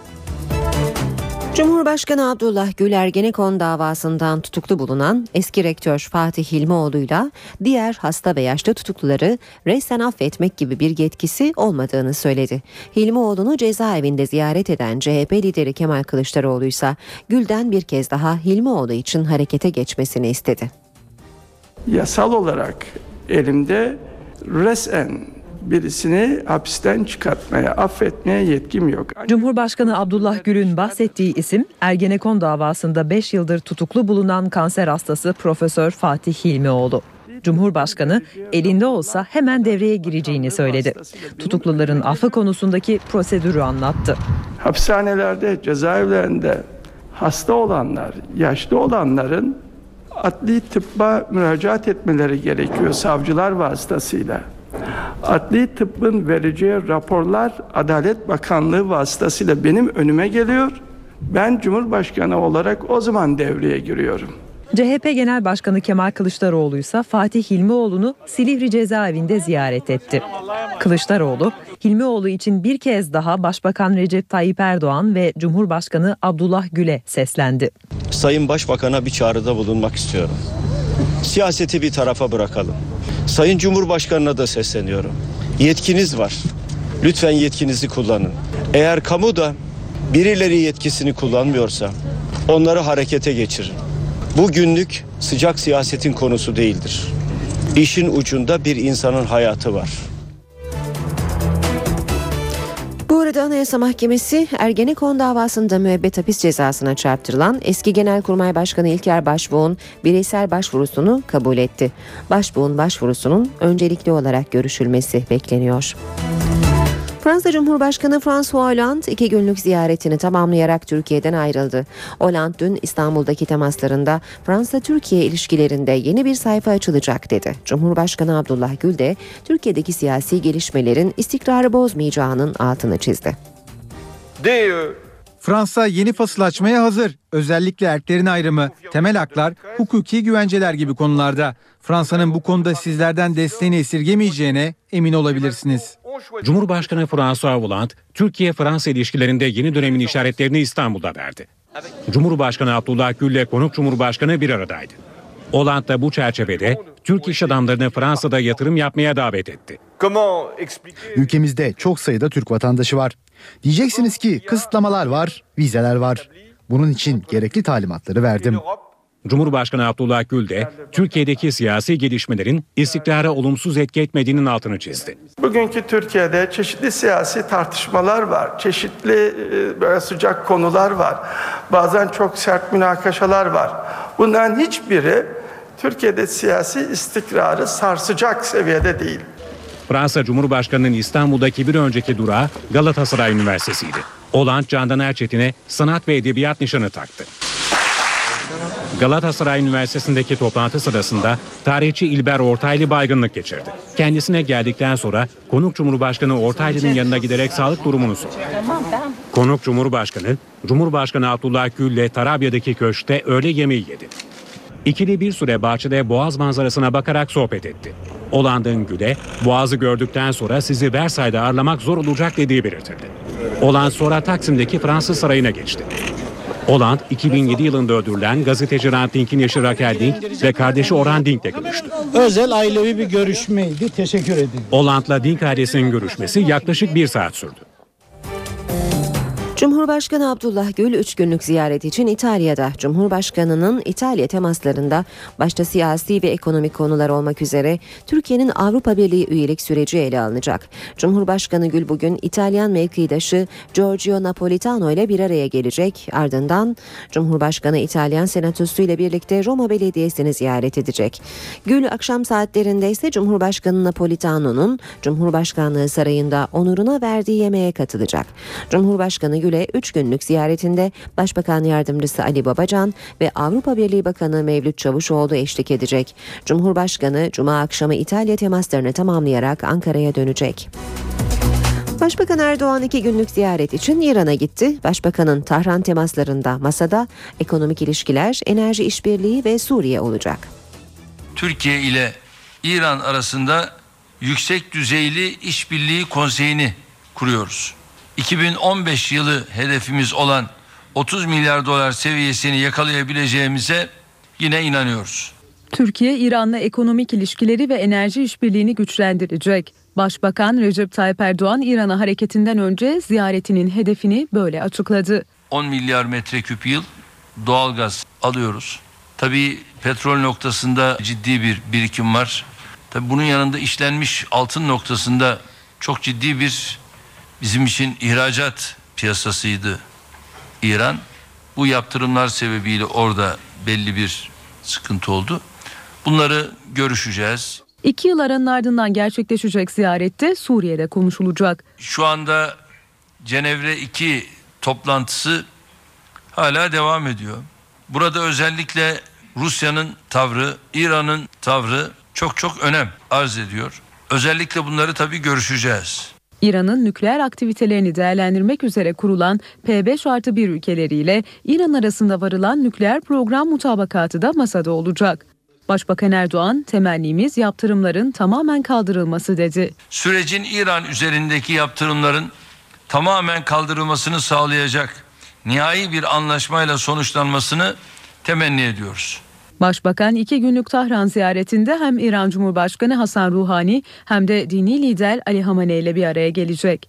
Speaker 2: Cumhurbaşkanı Abdullah Gül Ergenekon davasından tutuklu bulunan eski rektör Fatih Hilmioğlu'yla diğer hasta ve yaşlı tutukluları resen affetmek gibi bir yetkisi olmadığını söyledi. Hilmioğlu'nu cezaevinde ziyaret eden C H P lideri Kemal Kılıçdaroğlu ise Gül'den bir kez daha Hilmioğlu için harekete geçmesini istedi.
Speaker 16: Yasal olarak elimde resen birisini hapisten çıkartmaya, affetmeye yetkim yok.
Speaker 10: Cumhurbaşkanı Abdullah Gül'ün bahsettiği isim Ergenekon davasında beş yıldır tutuklu bulunan kanser hastası Profesör Fatih Hilmioğlu. Cumhurbaşkanı elinde olsa hemen devreye gireceğini söyledi. Tutukluların affı konusundaki prosedürü anlattı.
Speaker 16: Hapishanelerde, cezaevlerinde hasta olanlar, yaşlı olanların adli tıbba müracaat etmeleri gerekiyor savcılar vasıtasıyla. Adli tıbbın vereceği raporlar Adalet Bakanlığı vasıtasıyla benim önüme geliyor. Ben Cumhurbaşkanı olarak o zaman devreye giriyorum.
Speaker 10: C H P Genel Başkanı Kemal Kılıçdaroğlu ise Fatih Hilmioğlu'nu Silivri cezaevinde ziyaret etti. Kılıçdaroğlu, Hilmioğlu için bir kez daha Başbakan Recep Tayyip Erdoğan ve Cumhurbaşkanı Abdullah Gül'e seslendi.
Speaker 11: Sayın Başbakan'a bir çağrıda bulunmak istiyorum. Siyaseti bir tarafa bırakalım. Sayın Cumhurbaşkanı'na da sesleniyorum. Yetkiniz var. Lütfen yetkinizi kullanın. Eğer kamu da birileri yetkisini kullanmıyorsa onları harekete geçirin. Bu günlük sıcak siyasetin konusu değildir. İşin ucunda bir insanın hayatı var.
Speaker 2: Bu arada Anayasa Mahkemesi Ergenekon davasında müebbet hapis cezasına çarptırılan eski Genelkurmay Başkanı İlker Başbuğ'un bireysel başvurusunu kabul etti. Başbuğ'un başvurusunun öncelikli olarak görüşülmesi bekleniyor. Fransa Cumhurbaşkanı François Hollande iki günlük ziyaretini tamamlayarak Türkiye'den ayrıldı. Hollande dün İstanbul'daki temaslarında Fransa-Türkiye ilişkilerinde yeni bir sayfa açılacak dedi. Cumhurbaşkanı Abdullah Gül de Türkiye'deki siyasi gelişmelerin istikrarı bozmayacağının altını çizdi.
Speaker 17: Fransa yeni fasıl açmaya hazır. Özellikle erklerin ayrımı, temel haklar, hukuki güvenceler gibi konularda. Fransa'nın bu konuda sizlerden desteğini esirgemeyeceğine emin olabilirsiniz.
Speaker 8: Cumhurbaşkanı François Hollande, Türkiye-Fransa ilişkilerinde yeni dönemin işaretlerini İstanbul'da verdi. Cumhurbaşkanı Abdullah Gül ile konuk Cumhurbaşkanı bir aradaydı. Hollande da bu çerçevede Türk iş adamlarını Fransa'da yatırım yapmaya davet etti.
Speaker 18: Ülkemizde çok sayıda Türk vatandaşı var. Diyeceksiniz ki kısıtlamalar var, vizeler var. Bunun için gerekli talimatları verdim.
Speaker 8: Cumhurbaşkanı Abdullah Gül de Türkiye'deki siyasi gelişmelerin istikrara olumsuz etki etmediğinin altını çizdi.
Speaker 16: Bugünkü Türkiye'de çeşitli siyasi tartışmalar var. Çeşitli böyle sıcak konular var. Bazen çok sert münakaşalar var. Bunların hiçbiri Türkiye'de siyasi istikrarı sarsacak seviyede değil.
Speaker 8: Fransa Cumhurbaşkanı'nın İstanbul'daki bir önceki durağı Galatasaray Üniversitesi'ydi. Hollande Candan Erçetin'e sanat ve edebiyat nişanı taktı. Galatasaray Üniversitesi'ndeki toplantı sırasında tarihçi İlber Ortaylı baygınlık geçirdi. Kendisine geldikten sonra konuk Cumhurbaşkanı Ortaylı'nın yanına giderek sağlık durumunu sordu. Konuk Cumhurbaşkanı, Cumhurbaşkanı Abdullah Gül ile Tarabya'daki köşkte öğle yemeği yedi. İkili bir süre bahçede Boğaz manzarasına bakarak sohbet etti. Hollande'ın Gül'e Boğaz'ı gördükten sonra sizi Versay'da ağırlamak zor olacak dediği belirtildi. Hollande sonra Taksim'deki Fransız Sarayı'na geçti. Hollande iki bin yedi yılında öldürülen gazeteci Hrant Dink'in eşi Raquel Dink ve kardeşi Orhan Dink'le görüştü.
Speaker 19: Özel ailevi bir görüşmeydi. Teşekkür ederim.
Speaker 8: Hollande'la Dink ailesinin görüşmesi yaklaşık bir saat sürdü.
Speaker 2: Cumhur Cumhurbaşkanı Abdullah Gül üç günlük ziyaret için İtalya'da. Cumhurbaşkanının İtalya temaslarında başta siyasi ve ekonomik konular olmak üzere Türkiye'nin Avrupa Birliği üyelik süreci ele alınacak. Cumhurbaşkanı Gül bugün İtalyan mevkidaşı Giorgio Napolitano ile bir araya gelecek. Ardından Cumhurbaşkanı İtalyan Senatosu ile birlikte Roma Belediyesi'ni ziyaret edecek. Gül akşam saatlerinde ise Cumhurbaşkanı Napolitano'nun Cumhurbaşkanlığı Sarayı'nda onuruna verdiği yemeğe katılacak. Cumhurbaşkanı Gül'e üç günlük ziyaretinde Başbakan Yardımcısı Ali Babacan ve Avrupa Birliği Bakanı Mevlüt Çavuşoğlu eşlik edecek. Cumhurbaşkanı Cuma akşamı İtalya temaslarını tamamlayarak Ankara'ya dönecek. Başbakan Erdoğan iki günlük ziyaret için İran'a gitti. Başbakanın Tahran temaslarında masada ekonomik ilişkiler, enerji işbirliği ve Suriye olacak.
Speaker 7: Türkiye ile İran arasında yüksek düzeyli işbirliği konseyini kuruyoruz. iki bin on beş yılı hedefimiz olan otuz milyar dolar seviyesini yakalayabileceğimize yine inanıyoruz.
Speaker 10: Türkiye, İran'la ekonomik ilişkileri ve enerji işbirliğini güçlendirecek. Başbakan Recep Tayyip Erdoğan İran'a hareketinden önce ziyaretinin hedefini böyle açıkladı.
Speaker 7: on milyar metreküp yıl doğalgaz alıyoruz. Tabii petrol noktasında ciddi bir birikim var. Tabii bunun yanında işlenmiş altın noktasında çok ciddi bir bizim için ihracat piyasasıydı İran. Bu yaptırımlar sebebiyle orada belli bir sıkıntı oldu. Bunları görüşeceğiz.
Speaker 10: İki yıl aranın ardından gerçekleşecek ziyarette Suriye'de konuşulacak.
Speaker 7: Şu anda Cenevre iki toplantısı hala devam ediyor. Burada özellikle Rusya'nın tavrı, İran'ın tavrı çok çok önem arz ediyor. Özellikle bunları tabii görüşeceğiz.
Speaker 10: İran'ın nükleer aktivitelerini değerlendirmek üzere kurulan P beş artı bir ülkeleriyle İran arasında varılan nükleer program mutabakatı da masada olacak. Başbakan Erdoğan, temennimiz yaptırımların tamamen kaldırılması dedi.
Speaker 7: Sürecin İran üzerindeki yaptırımların tamamen kaldırılmasını sağlayacak nihai bir anlaşmayla sonuçlanmasını temenni ediyoruz.
Speaker 10: Başbakan iki günlük Tahran ziyaretinde hem İran Cumhurbaşkanı Hasan Ruhani hem de dini lider Ali Hamenei ile bir araya gelecek.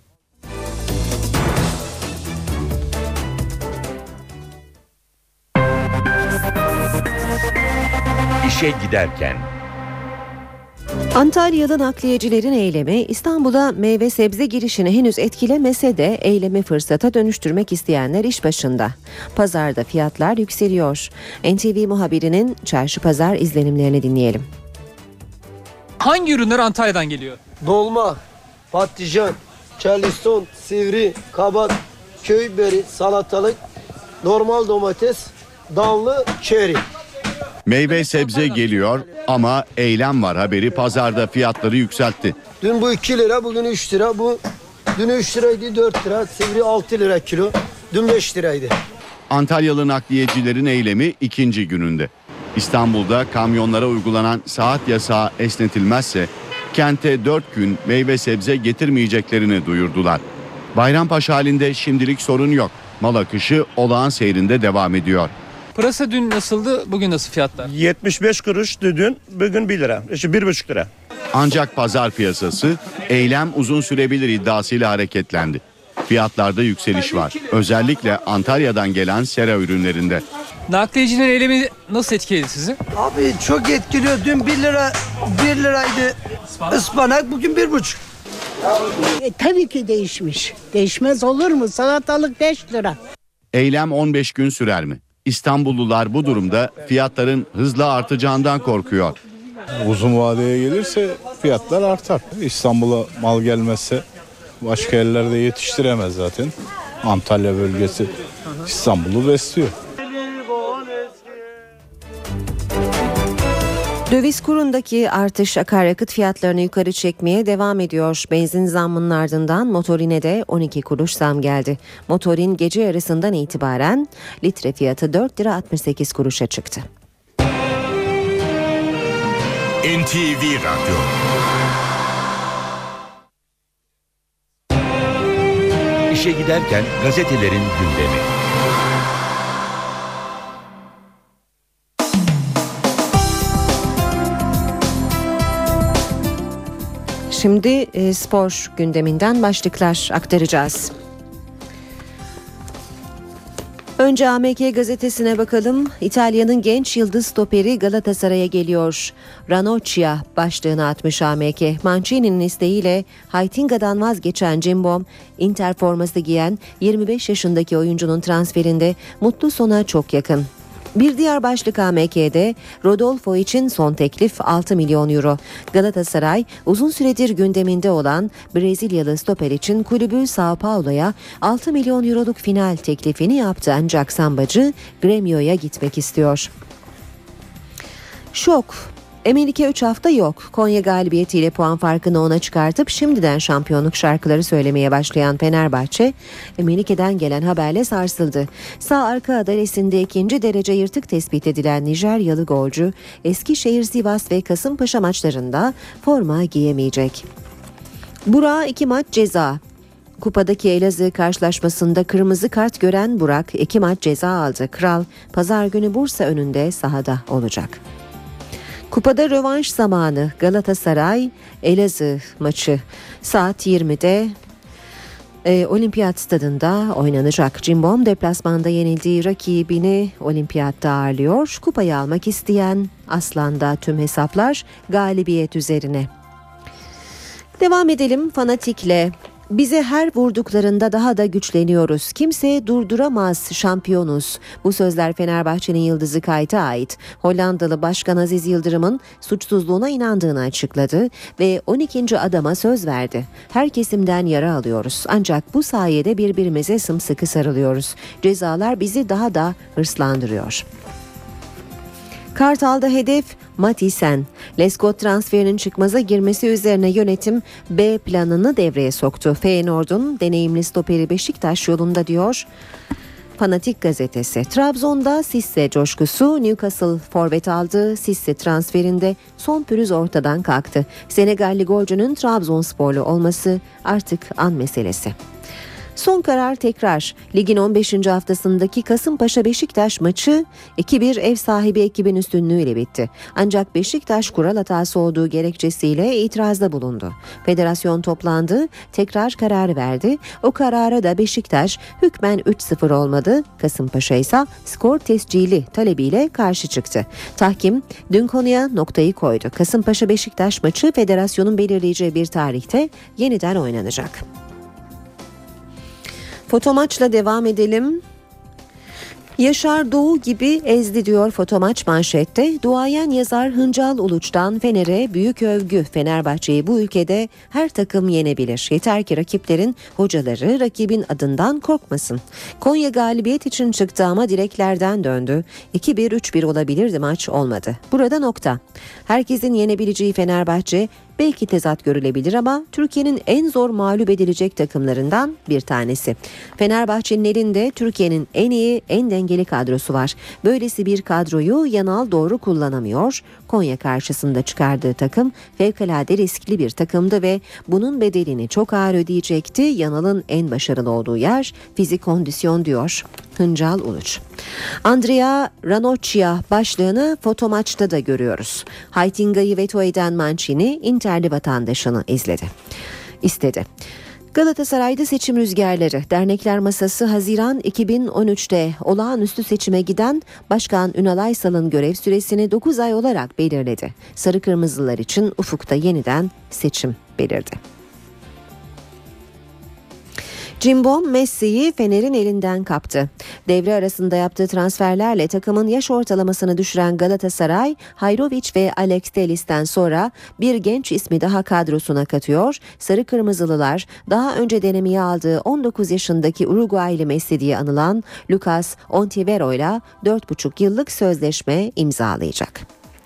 Speaker 1: İşe giderken.
Speaker 2: Antalya'da nakliyecilerin eylemi İstanbul'a meyve sebze girişini henüz etkilemese de eylemi fırsata dönüştürmek isteyenler iş başında. Pazarda fiyatlar yükseliyor. N T V muhabirinin çarşı pazar izlenimlerini dinleyelim.
Speaker 20: Hangi ürünler Antalya'dan geliyor?
Speaker 21: Dolma, patlıcan, charleston, sivri, kabak, köy biberi, salatalık, normal domates, dallı, çeri.
Speaker 13: Meyve sebze geliyor ama eylem var haberi pazarda fiyatları yükseltti.
Speaker 21: Dün bu iki lira, bugün üç lira. Bu dün üç liraydı, dört lira. Sivri altı lira kilo. Dün beş liraydı.
Speaker 13: Antalyalı nakliyecilerin eylemi ikinci gününde. İstanbul'da kamyonlara uygulanan saat yasağı esnetilmezse kente dört gün meyve sebze getirmeyeceklerini duyurdular. Bayrampaşa halinde şimdilik sorun yok. Mal akışı olağan seyrinde devam ediyor.
Speaker 20: Pırasa dün nasıldı, bugün nasıl fiyatlar?
Speaker 22: yetmiş beş kuruştu dün, bugün bir lira, işte bir buçuk lira.
Speaker 13: Ancak pazar piyasası eylem uzun sürebilir iddiasıyla hareketlendi. Fiyatlarda yükseliş var. Özellikle Antalya'dan gelen sera ürünlerinde.
Speaker 20: Nakliyecilerin eylemi nasıl etkiledi sizi?
Speaker 21: Abi çok etkiliyor. Dün bir lira, bir liraydı ıspanak, bugün bir buçuk.
Speaker 23: E, tabii ki değişmiş. Değişmez olur mu? Salatalık beş lira.
Speaker 13: Eylem on beş gün sürer mi? İstanbullular bu durumda fiyatların hızla artacağından korkuyor.
Speaker 24: Uzun vadeye gelirse fiyatlar artar. İstanbul'a mal gelmezse başka yerlerde yetiştiremez zaten. Antalya bölgesi İstanbul'u besliyor.
Speaker 2: Döviz kurundaki artış akaryakıt fiyatlarını yukarı çekmeye devam ediyor. Benzin zammının ardından motorine de on iki kuruş zam geldi. Motorin gece yarısından itibaren litre fiyatı dört lira altmış sekiz kuruşa çıktı.
Speaker 1: N T V Radyo. İşe giderken gazetelerin gündemi.
Speaker 2: Şimdi e, spor gündeminden başlıklar aktaracağız. Önce A M K gazetesine bakalım. İtalya'nın genç yıldız stoperi Galatasaray'a geliyor. Ranocchia başlığını atmış A M K. Mancini'nin isteğiyle Heitinga'dan vazgeçen Cimbom, Inter forması giyen yirmi beş yaşındaki oyuncunun transferinde mutlu sona çok yakın. Bir diğer başlık A M K'de Rodolfo için son teklif altı milyon euro. Galatasaray uzun süredir gündeminde olan Brezilyalı stoper için kulübü Sao Paulo'ya altı milyon euroluk final teklifini yaptı, ancak Sambacı Gremio'ya gitmek istiyor. Şok. Emenike üç hafta yok. Konya galibiyetiyle puan farkını ona çıkartıp şimdiden şampiyonluk şarkıları söylemeye başlayan Fenerbahçe, Emenike'den gelen haberle sarsıldı. Sağ arka adalesinde ikinci derece yırtık tespit edilen Nijeryalı golcü, Eskişehir, Sivas ve Kasımpaşa maçlarında forma giyemeyecek. Burak'a iki maç ceza. Kupadaki Elazığ karşılaşmasında kırmızı kart gören Burak iki maç ceza aldı. Kral pazar günü Bursa önünde sahada olacak. Kupada rövanş zamanı. Galatasaray Elazığ maçı saat yirmide e, Olimpiyat Stadında oynanacak. Cimbom deplasmanda yenildiği rakibini Olimpiyat'ta ağırlıyor. Kupayı almak isteyen Aslan'da tüm hesaplar galibiyet üzerine. Devam edelim Fanatik'le. Bize her vurduklarında daha da güçleniyoruz. Kimse durduramaz, şampiyonuz. Bu sözler Fenerbahçe'nin yıldızı Kayt'a ait. Hollandalı Başkan Aziz Yıldırım'ın suçsuzluğuna inandığını açıkladı ve on ikinci adama söz verdi. Her kesimden yara alıyoruz. Ancak bu sayede birbirimize sımsıkı sarılıyoruz. Cezalar bizi daha da hırslandırıyor. Kartal'da hedef Matisen. Lescott transferinin çıkmaza girmesi üzerine yönetim B planını devreye soktu. Feyenoord'un deneyimli stoperi Beşiktaş yolunda diyor Fanatik gazetesi. Trabzon'da Sisse coşkusu. Newcastle forvet aldı. Sisse transferinde son pürüz ortadan kalktı. Senegalli golcünün Trabzonsporlu olması artık an meselesi. Son karar tekrar. Ligin on beşinci haftasındaki Kasımpaşa Beşiktaş maçı iki bir ev sahibi ekibin üstünlüğüyle bitti. Ancak Beşiktaş kural hatası olduğu gerekçesiyle itirazda bulundu. Federasyon toplandı, tekrar kararı verdi. O karara da Beşiktaş hükmen üç sıfır olmadı. Kasımpaşa ise skor tescili talebiyle karşı çıktı. Tahkim dün konuya noktayı koydu. Kasımpaşa Beşiktaş maçı federasyonun belirleyeceği bir tarihte yeniden oynanacak. Fotomaçla devam edelim. Yaşar Doğu gibi ezdi diyor Fotomaç manşette. Duayen yazar Hıncal Uluç'tan Fener'e büyük övgü. Fenerbahçe'yi bu ülkede her takım yenebilir. Yeter ki rakiplerin hocaları rakibin adından korkmasın. Konya galibiyet için çıktı ama direklerden döndü. iki bir üç bir olabilirdi, maç olmadı. Burada nokta. Herkesin yenebileceği Fenerbahçe belki tezat görülebilir ama Türkiye'nin en zor mağlup edilecek takımlarından bir tanesi. Fenerbahçe'nin elinde Türkiye'nin en iyi, en dengeli kadrosu var. Böylesi bir kadroyu Yanal doğru kullanamıyor. Konya karşısında çıkardığı takım fevkalade riskli bir takımdı ve bunun bedelini çok ağır ödeyecekti. Yanal'ın en başarılı olduğu yer fizik kondisyon diyor Hıncal Uluç. Andrea Ranocchia başlığını Fotomaç'ta da görüyoruz. Heitinga'yı veto eden Mancini Interli vatandaşını izledi. istedi. Galatasaray'da seçim rüzgarları. Dernekler Masası Haziran iki bin on üçte olağanüstü seçime giden Başkan Ünal Aysal'ın görev süresini dokuz ay olarak belirledi. Sarı Kırmızılar için ufukta yeniden seçim belirdi. Cimbom Messi'yi Fener'in elinden kaptı. Devre arasında yaptığı transferlerle takımın yaş ortalamasını düşüren Galatasaray, Hayrovic ve Alex Telles'ten sonra bir genç ismi daha kadrosuna katıyor. Sarı Kırmızılılar daha önce denemeye aldığı on dokuz yaşındaki Uruguaylı Messi diye anılan Lucas Ontivero ile dört buçuk yıllık sözleşme imzalayacak.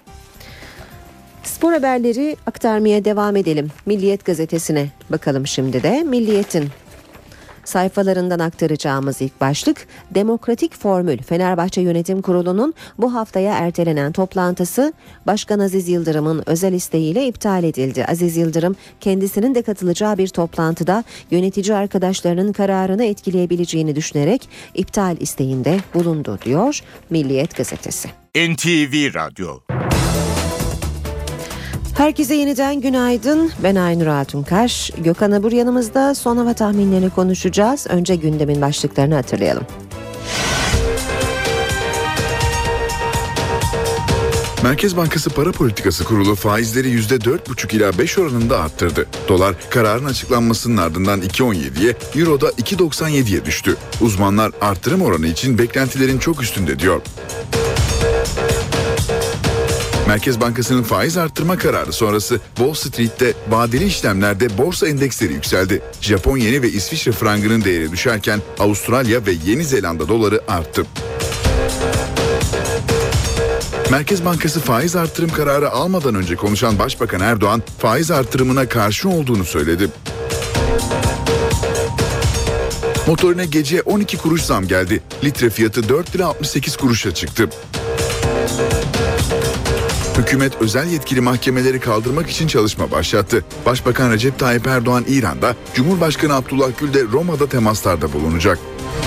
Speaker 2: Spor haberleri aktarmaya devam edelim. Milliyet gazetesine bakalım şimdi de. Milliyet'in sayfalarından aktaracağımız ilk başlık demokratik formül. Fenerbahçe Yönetim Kurulu'nun bu haftaya ertelenen toplantısı Başkan Aziz Yıldırım'ın özel isteğiyle iptal edildi. Aziz Yıldırım kendisinin de katılacağı bir toplantıda yönetici arkadaşlarının kararını etkileyebileceğini düşünerek iptal isteğinde bulundu diyor Milliyet gazetesi.
Speaker 1: N T V Radyo.
Speaker 2: Herkese yeniden günaydın. Ben Aynur Altunkaş. Gökhan Abur yanımızda. Son hava tahminlerini konuşacağız. Önce gündemin başlıklarını hatırlayalım.
Speaker 14: Merkez Bankası Para Politikası Kurulu faizleri yüzde dört buçuk ila beş oranında arttırdı. Dolar kararın açıklanmasının ardından iki virgül on yediye, Euro'da iki virgül doksan yediye düştü. Uzmanlar artırım oranı için beklentilerin çok üstünde diyor. Merkez Bankası'nın faiz arttırma kararı sonrası Wall Street'te vadeli işlemlerde borsa endeksleri yükseldi. Japon yeni ve İsviçre frangının değeri düşerken Avustralya ve Yeni Zelanda doları arttı. Merkez Bankası faiz artırım kararı almadan önce konuşan Başbakan Erdoğan faiz artırımına karşı olduğunu söyledi. Motorine gece on iki kuruş zam geldi. Litre fiyatı dört lira altmış sekiz kuruşa çıktı. Hükümet özel yetkili mahkemeleri kaldırmak için çalışma başlattı. Başbakan Recep Tayyip Erdoğan İran'da, Cumhurbaşkanı Abdullah Gül de Roma'da temaslarda bulunacak.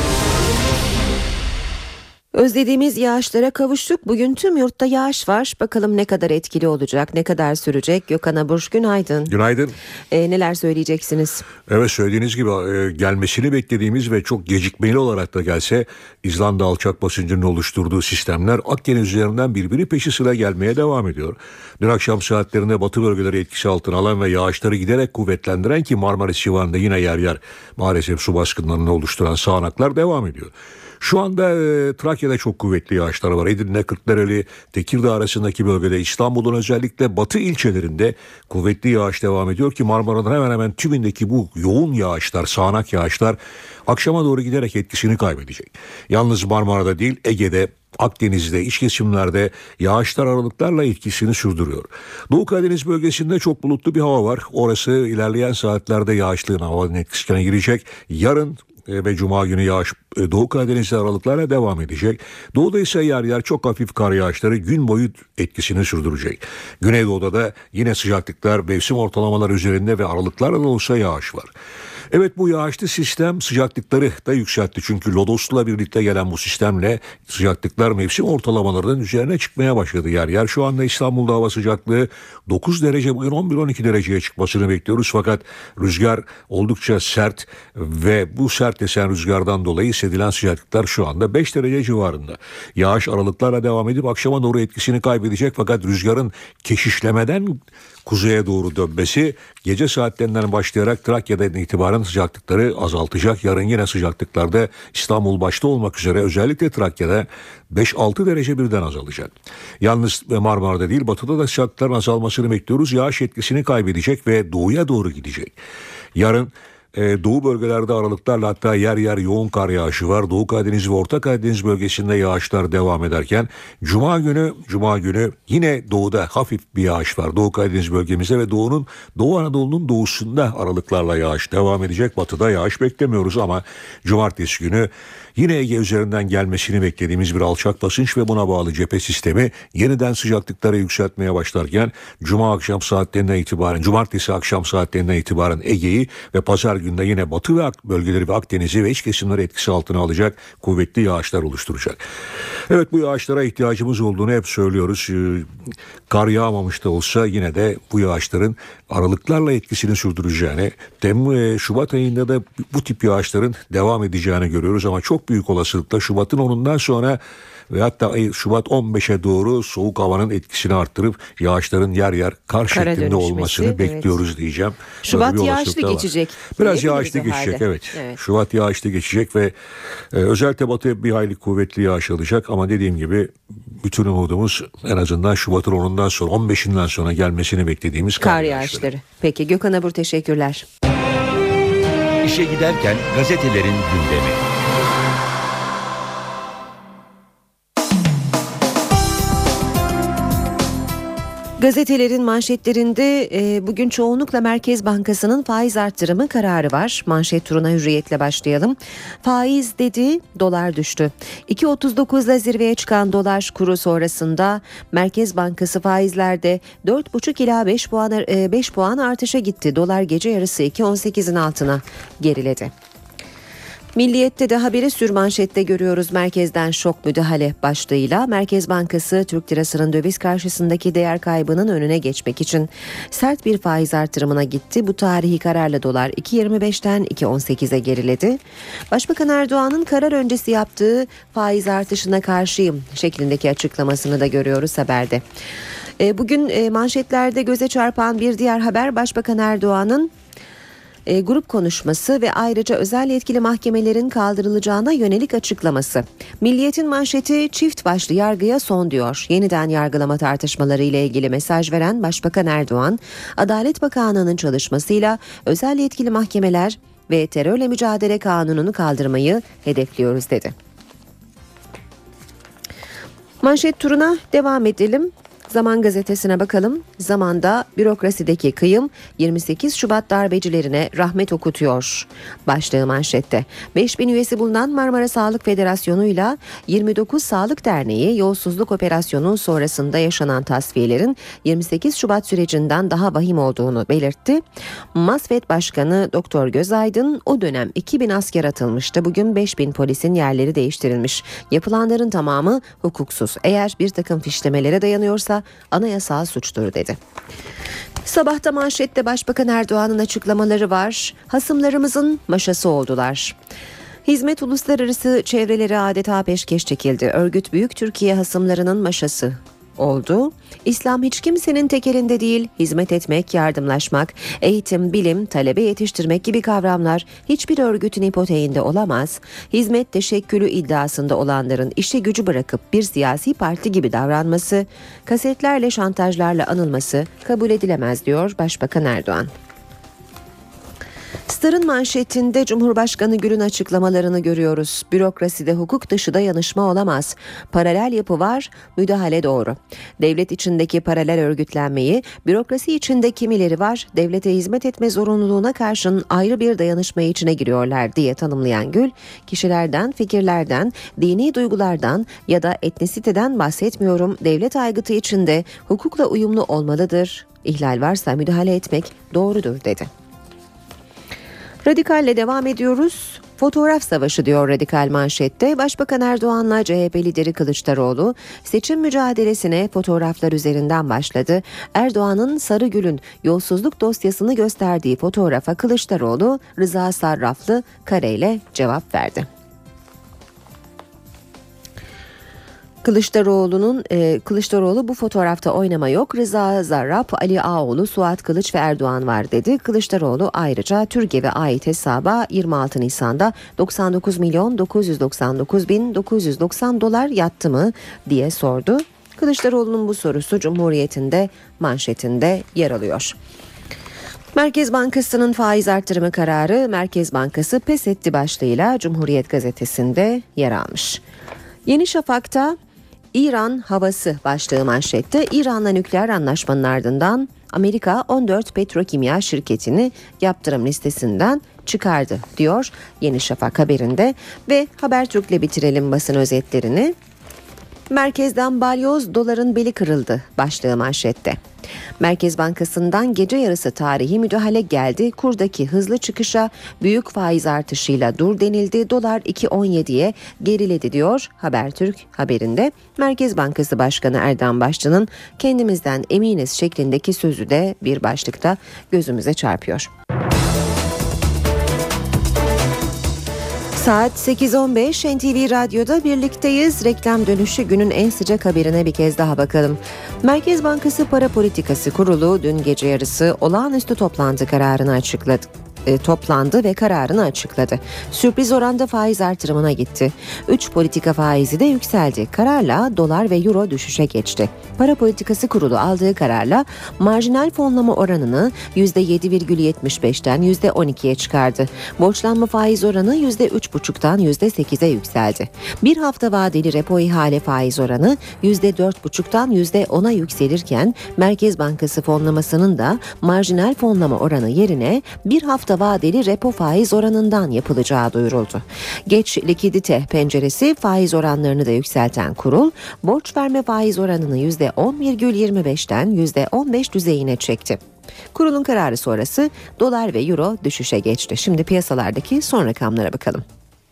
Speaker 2: Özlediğimiz yağışlara kavuştuk. Bugün tüm yurtta yağış var. Bakalım ne kadar etkili olacak, ne kadar sürecek? Gökhan Abur, günaydın.
Speaker 3: Günaydın.
Speaker 2: Ee, neler söyleyeceksiniz?
Speaker 3: Evet, söylediğiniz gibi e, gelmesini beklediğimiz ve çok gecikmeli olarak da gelse İzlanda alçak basıncının oluşturduğu sistemler Akdeniz üzerinden birbiri peşi sıra gelmeye devam ediyor. Dün akşam saatlerinde batı bölgeleri etkisi altına alan ve yağışları giderek kuvvetlendiren ki Marmaris civarında yine yer yer maalesef su baskınlarını oluşturan sağanaklar devam ediyor. Şu anda e, Trakya'da çok kuvvetli yağışlar var. Edirne, Kırklareli, Tekirdağ arasındaki bölgede, İstanbul'un özellikle batı ilçelerinde kuvvetli yağış devam ediyor ki Marmara'nın hemen hemen tümündeki bu yoğun yağışlar, sağanak yağışlar akşama doğru giderek etkisini kaybedecek. Yalnız Marmara'da değil, Ege'de, Akdeniz'de, iç kesimlerde yağışlar aralıklarla etkisini sürdürüyor. Doğu Karadeniz bölgesinde çok bulutlu bir hava var. Orası ilerleyen saatlerde yağışlı havanın etkisine girecek. Yarın ve Cuma günü yağış Doğu Karadeniz'de aralıklarla devam edecek. Doğuda ise yer yer çok hafif kar yağışları gün boyu etkisini sürdürecek. Güneydoğu'da da yine sıcaklıklar mevsim ortalamalar üzerinde ve aralıklarla da olsa yağış var. Evet, bu yağışlı sistem sıcaklıkları da yükseltti. Çünkü Lodos'la birlikte gelen bu sistemle sıcaklıklar mevsim ortalamalarının üzerine çıkmaya başladı yer yer. Şu anda İstanbul'da hava sıcaklığı dokuz derece, bugün on bir on iki dereceye çıkmasını bekliyoruz. Fakat rüzgar oldukça sert ve bu sert esen rüzgardan dolayı hissedilen sıcaklıklar şu anda beş derece civarında. Yağış aralıklarla devam edip akşama doğru etkisini kaybedecek fakat rüzgarın keşişlemeden kuzeye doğru dönmesi gece saatlerinden başlayarak Trakya'dan itibaren sıcaklıkları azaltacak. Yarın yine sıcaklıklarda İstanbul başta olmak üzere özellikle Trakya'da beş altı derece birden azalacak. Yalnız Marmara'da değil, batıda da sıcaklıkların azalmasını bekliyoruz. Yağış etkisini kaybedecek ve doğuya doğru gidecek. Yarın Ee, Doğu bölgelerde aralıklarla hatta yer yer yoğun kar yağışı var. Doğu Karadeniz ve Orta Karadeniz bölgesinde yağışlar devam ederken Cuma günü Cuma günü yine doğuda hafif bir yağış var. Doğu Karadeniz bölgemizde ve doğunun Doğu Anadolu'nun doğusunda aralıklarla yağış devam edecek. Batıda yağış beklemiyoruz ama Cumartesi günü yine Ege üzerinden gelmesini beklediğimiz bir alçak basınç ve buna bağlı cephe sistemi yeniden sıcaklıkları yükseltmeye başlarken Cuma akşam saatlerinden itibaren, Cumartesi akşam saatlerinden itibaren Ege'yi ve Pazar günde yine batı ve bölgeleri ve Akdeniz'i ve iç kesimleri etkisi altına alacak kuvvetli yağışlar oluşturacak. Evet, bu yağışlara ihtiyacımız olduğunu hep söylüyoruz. Kar yağmamış da olsa yine de bu yağışların aralıklarla etkisini sürdüreceğini, Temmuz, Şubat ayında da bu tip yağışların devam edeceğini görüyoruz ama çok büyük olasılıkla Şubat'ın onundan sonra ve hatta Şubat on beşe doğru soğuk havanın etkisini arttırıp yağışların yer yer kar
Speaker 2: Kara
Speaker 3: şeklinde olmasını
Speaker 2: evet.
Speaker 3: bekliyoruz diyeceğim.
Speaker 2: Şubat yağışlı geçecek.
Speaker 3: Biraz yağışlı geçecek evet. evet. Şubat yağışlı geçecek ve e, özellikle batıya bir hayli kuvvetli yağış alacak ama dediğim gibi bütün umudumuz en azından Şubat'ın onundan sonra on beşinden sonra gelmesini beklediğimiz kar,
Speaker 2: kar yağışları. yağışları. Peki Gökhan Abur, teşekkürler.
Speaker 1: İşe giderken gazetelerin gündemi.
Speaker 2: Gazetelerin manşetlerinde e, bugün çoğunlukla Merkez Bankası'nın faiz arttırımı kararı var. Manşet turuna Hürriyet'le başlayalım. Faiz dedi, dolar düştü. iki virgül otuz dokuzla zirveye çıkan dolar kuru sonrasında Merkez Bankası faizlerde dört virgül beş ila beş puan, beş puan artışa gitti. Dolar gece yarısı iki virgül on sekizin altına geriledi. Milliyet'te de haberi sürmanşette görüyoruz. Merkezden şok müdahale başlığıyla Merkez Bankası Türk lirasının döviz karşısındaki değer kaybının önüne geçmek için sert bir faiz artırımına gitti. Bu tarihi kararla dolar iki virgül yirmi beşten iki virgül on sekize geriledi. Başbakan Erdoğan'ın karar öncesi yaptığı faiz artışına karşıyım şeklindeki açıklamasını da görüyoruz haberde. Bugün manşetlerde göze çarpan bir diğer haber Başbakan Erdoğan'ın E, grup konuşması ve ayrıca özel yetkili mahkemelerin kaldırılacağına yönelik açıklaması. Milliyet'in manşeti çift başlı yargıya son diyor. Yeniden yargılama tartışmaları ile ilgili mesaj veren Başbakan Erdoğan, Adalet Bakanlığı'nın çalışmasıyla özel yetkili mahkemeler ve terörle mücadele kanununu kaldırmayı hedefliyoruz dedi. Manşet turuna devam edelim. Zaman gazetesine bakalım. Zaman'da bürokrasideki kıyım yirmi sekiz Şubat darbecilerine rahmet okutuyor. Başlığı manşette. beş bin üyesi bulunan Marmara Sağlık Federasyonu'yla yirmi dokuz Sağlık Derneği yolsuzluk operasyonu sonrasında yaşanan tasfiyelerin yirmi sekiz Şubat sürecinden daha vahim olduğunu belirtti. MASFED Başkanı Doktor Gözaydın o dönem iki bin asker atılmıştı. Bugün beş bin polisin yerleri değiştirilmiş. Yapılanların tamamı hukuksuz. Eğer bir takım fişlemelere dayanıyorsa anayasal suçtur dedi. Sabahta manşette Başbakan Erdoğan'ın açıklamaları var. Hasımlarımızın maşası oldular. Hizmet uluslararası çevreleri adeta peşkeş çekildi. Örgüt Büyük Türkiye hasımlarının maşası oldu. İslam hiç kimsenin tek elinde değil, hizmet etmek, yardımlaşmak, eğitim, bilim, talebe yetiştirmek gibi kavramlar hiçbir örgütün ipoteğinde olamaz. Hizmet teşekkülü iddiasında olanların işi gücü bırakıp bir siyasi parti gibi davranması, kasetlerle şantajlarla anılması kabul edilemez diyor Başbakan Erdoğan. Star'ın manşetinde Cumhurbaşkanı Gül'ün açıklamalarını görüyoruz. Bürokraside hukuk dışı dayanışma olamaz. Paralel yapı var, müdahale doğru. Devlet içindeki paralel örgütlenmeyi, bürokrasi içinde kimileri var, devlete hizmet etme zorunluluğuna karşın ayrı bir dayanışma içine giriyorlar diye tanımlayan Gül, kişilerden, fikirlerden, dini duygulardan ya da etnisiteden bahsetmiyorum. Devlet aygıtı içinde hukukla uyumlu olmalıdır. İhlal varsa müdahale etmek doğrudur dedi. Radikal'le devam ediyoruz. Fotoğraf savaşı diyor Radikal manşette. Başbakan Erdoğan'la C H P lideri Kılıçdaroğlu seçim mücadelesine fotoğraflar üzerinden başladı. Erdoğan'ın Sarıgül'ün yolsuzluk dosyasını gösterdiği fotoğrafa Kılıçdaroğlu Rıza Sarraflı kareyle cevap verdi. Kılıçdaroğlu'nun e, Kılıçdaroğlu bu fotoğrafta oynama yok. Rıza Zarrab, Ali Ağoğlu, Suat Kılıç ve Erdoğan var dedi. Kılıçdaroğlu ayrıca TÜRGEV'e ait hesaba yirmi altı Nisan'da doksan dokuz milyon dokuz yüz doksan dokuz bin dokuz yüz doksan dolar yattı mı diye sordu. Kılıçdaroğlu'nun bu sorusu Cumhuriyet'in de manşetinde yer alıyor. Merkez Bankası'nın faiz artırımı kararı Merkez Bankası pes etti başlığıyla Cumhuriyet gazetesinde yer almış. Yeni Şafak'ta İran havası başlığı manşette. İran'la nükleer anlaşmanın ardından Amerika on dört petrokimya şirketini yaptırım listesinden çıkardı diyor Yeni Şafak haberinde. Ve Habertürk'le bitirelim basın özetlerini. Merkezden balyoz, doların beli kırıldı başlığı manşette. Merkez Bankası'ndan gece yarısı tarihi müdahale geldi. Kurdaki hızlı çıkışa büyük faiz artışıyla dur denildi. Dolar iki virgül on yediye geriledi diyor Habertürk haberinde. Merkez Bankası Başkanı Erdem Başçı'nın kendimizden eminiz şeklindeki sözü de bir başlıkta gözümüze çarpıyor. Saat sekiz on beş N T V Radyo'da birlikteyiz. Reklam dönüşü günün en sıcak haberine bir kez daha bakalım. Merkez Bankası Para Politikası Kurulu dün gece yarısı olağanüstü toplantı kararını açıkladı. E, toplandı ve kararını açıkladı. Sürpriz oranda faiz artırımına gitti. üç politika faizi de yükseldi. Kararla dolar ve euro düşüşe geçti. Para Politikası Kurulu aldığı kararla marjinal fonlama oranını yüzde yedi virgül yetmiş beşten yüzde on ikiye çıkardı. Borçlanma faiz oranı yüzde üç buçuktan yüzde sekize yükseldi. Bir hafta vadeli repo ihale faiz oranı yüzde dört buçuktan yüzde ona yükselirken Merkez Bankası fonlamasının da marjinal fonlama oranı yerine bir hafta vadeli repo faiz oranından yapılacağı duyuruldu. Geç likidite penceresi faiz oranlarını da yükselten kurul, borç verme faiz oranını yüzde on virgül yirmi beşten yüzde on beş düzeyine çekti. Kurulun kararı sonrası dolar ve euro düşüşe geçti. Şimdi piyasalardaki son rakamlara bakalım.